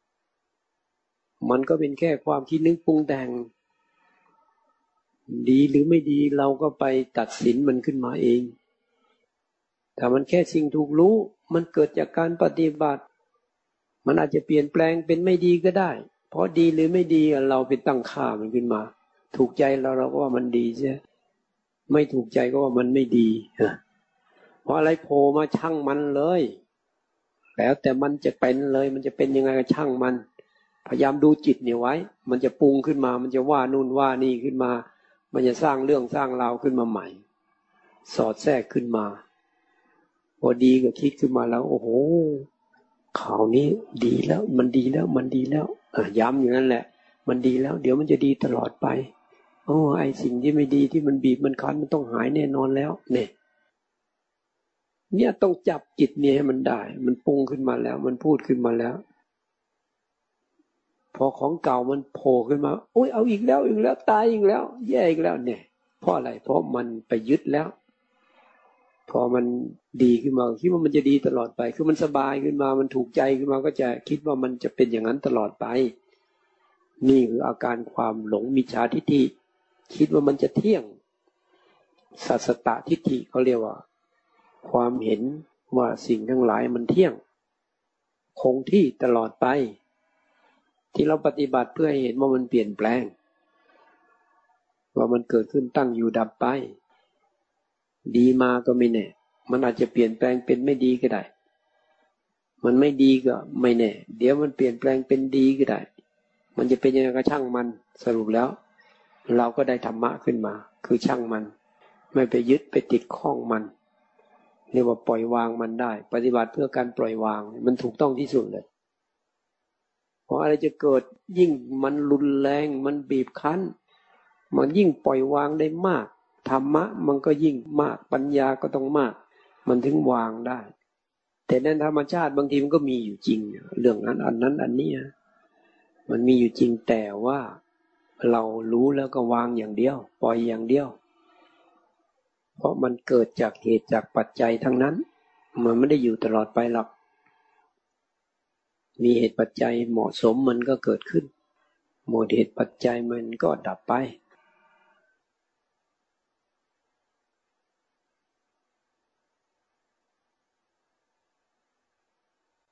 มันก็เป็นแค่ความคิดนึกปรุงแต่งดีหรือไม่ดีเราก็ไปตัดสินมันขึ้นมาเองถ้ามันแค่สิ่งถูกรู้มันเกิดจากการปฏิบัติมันอาจจะเปลี่ยนแปลงเป็นไม่ดีก็ได้เพราะดีหรือไม่ดีเราเป็นตั้งค่ามันขึ้นมาถูกใจเราเราก็ว่ามันดีใช่ไม่ถูกใจก็ว่ามันไม่ดีเพราะอะไรโผล่มาช่างมันเลยแล้วแต่มันจะเป็นเลยมันจะเป็นยังไงก็ช่างมันพยายามดูจิตเนี่ยไว้มันจะปรุงขึ้นมามันจะว่านู่นว่านี่ขึ้นมามันจะสร้างเรื่องสร้างราวขึ้นมาใหม่สอดแทรกขึ้นมาพอดีก็คิดขึ้นมาแล้วโอ้โหข่าวนี้ดีแล้วมันดีแล้วมันดีแล้วย้ำอย่างนั้นแหละมันดีแล้วเดี๋ยวมันจะดีตลอดไปโอ้ไอสิ่งที่ไม่ดีที่มันบีบมันคั้นมันต้องหายแน่นอนแล้วเนี่ยเนี่ยต้องจับจิตเนี่ยให้มันได้มันปรุงขึ้นมาแล้วมันพูดขึ้นมาแล้วพอของเก่ามันโผล่ขึ้นมาโอ้ยเอาอีกแล้วอีกแล้วตายอีกแล้วแย่อีกแล้วเนี่ยเพราะอะไรเพราะมันไปยึดแล้วพอมันดีขึ้นมาคิดว่ามันจะดีตลอดไปคือมันสบายขึ้นมามันถูกใจขึ้นมาก็จะคิดว่ามันจะเป็นอย่างนั้นตลอดไปนี่คืออาการความหลงมิจฉาทิฏฐิคิดว่ามันจะเที่ยงสัสสตทิฏฐิเขาเรียกว่าความเห็นว่าสิ่งทั้งหลายมันเที่ยงคงที่ตลอดไปที่เราปฏิบัติเพื่อให้เห็นว่ามันเปลี่ยนแปลงว่ามันเกิดขึ้นตั้งอยู่ดับไปดีมาก็ไม่แน่มันอาจจะเปลี่ยนแปลงเป็นไม่ดีก็ได้มันไม่ดีก็ไม่แน่เดี๋ยวมันเปลี่ยนแปลงเป็นดีก็ได้มันจะเป็นยังไงก็ช่างมันสรุปแล้วเราก็ได้ธรรมะขึ้นมาคือช่างมันไม่ไปยึดไปติดข้องมันเรียกว่าปล่อยวางมันได้ปฏิบัติเพื่อการปล่อยวางมันถูกต้องที่สุดเลยเพราะอะไรจะเกิดยิ่งมันรุนแรงมันบีบคั้นมันยิ่งปล่อยวางได้มากธรรมะมันก็ยิ่งมากปัญญาก็ต้องมากมันถึงวางได้แต่ในธรรมชาติบางทีมันก็มีอยู่จริงเรื่องนั้นอันนั้นอันนี้มันมีอยู่จริงแต่ว่าเรารู้แล้วก็วางอย่างเดียวปล่อยอย่างเดียวเพราะมันเกิดจากเหตุจากปัจจัยทั้งนั้นมันไม่ได้อยู่ตลอดไปหรอกมีเหตุปัจจัยเหมาะสมมันก็เกิดขึ้นหมดเหตุปัจจัยมันก็ดับไป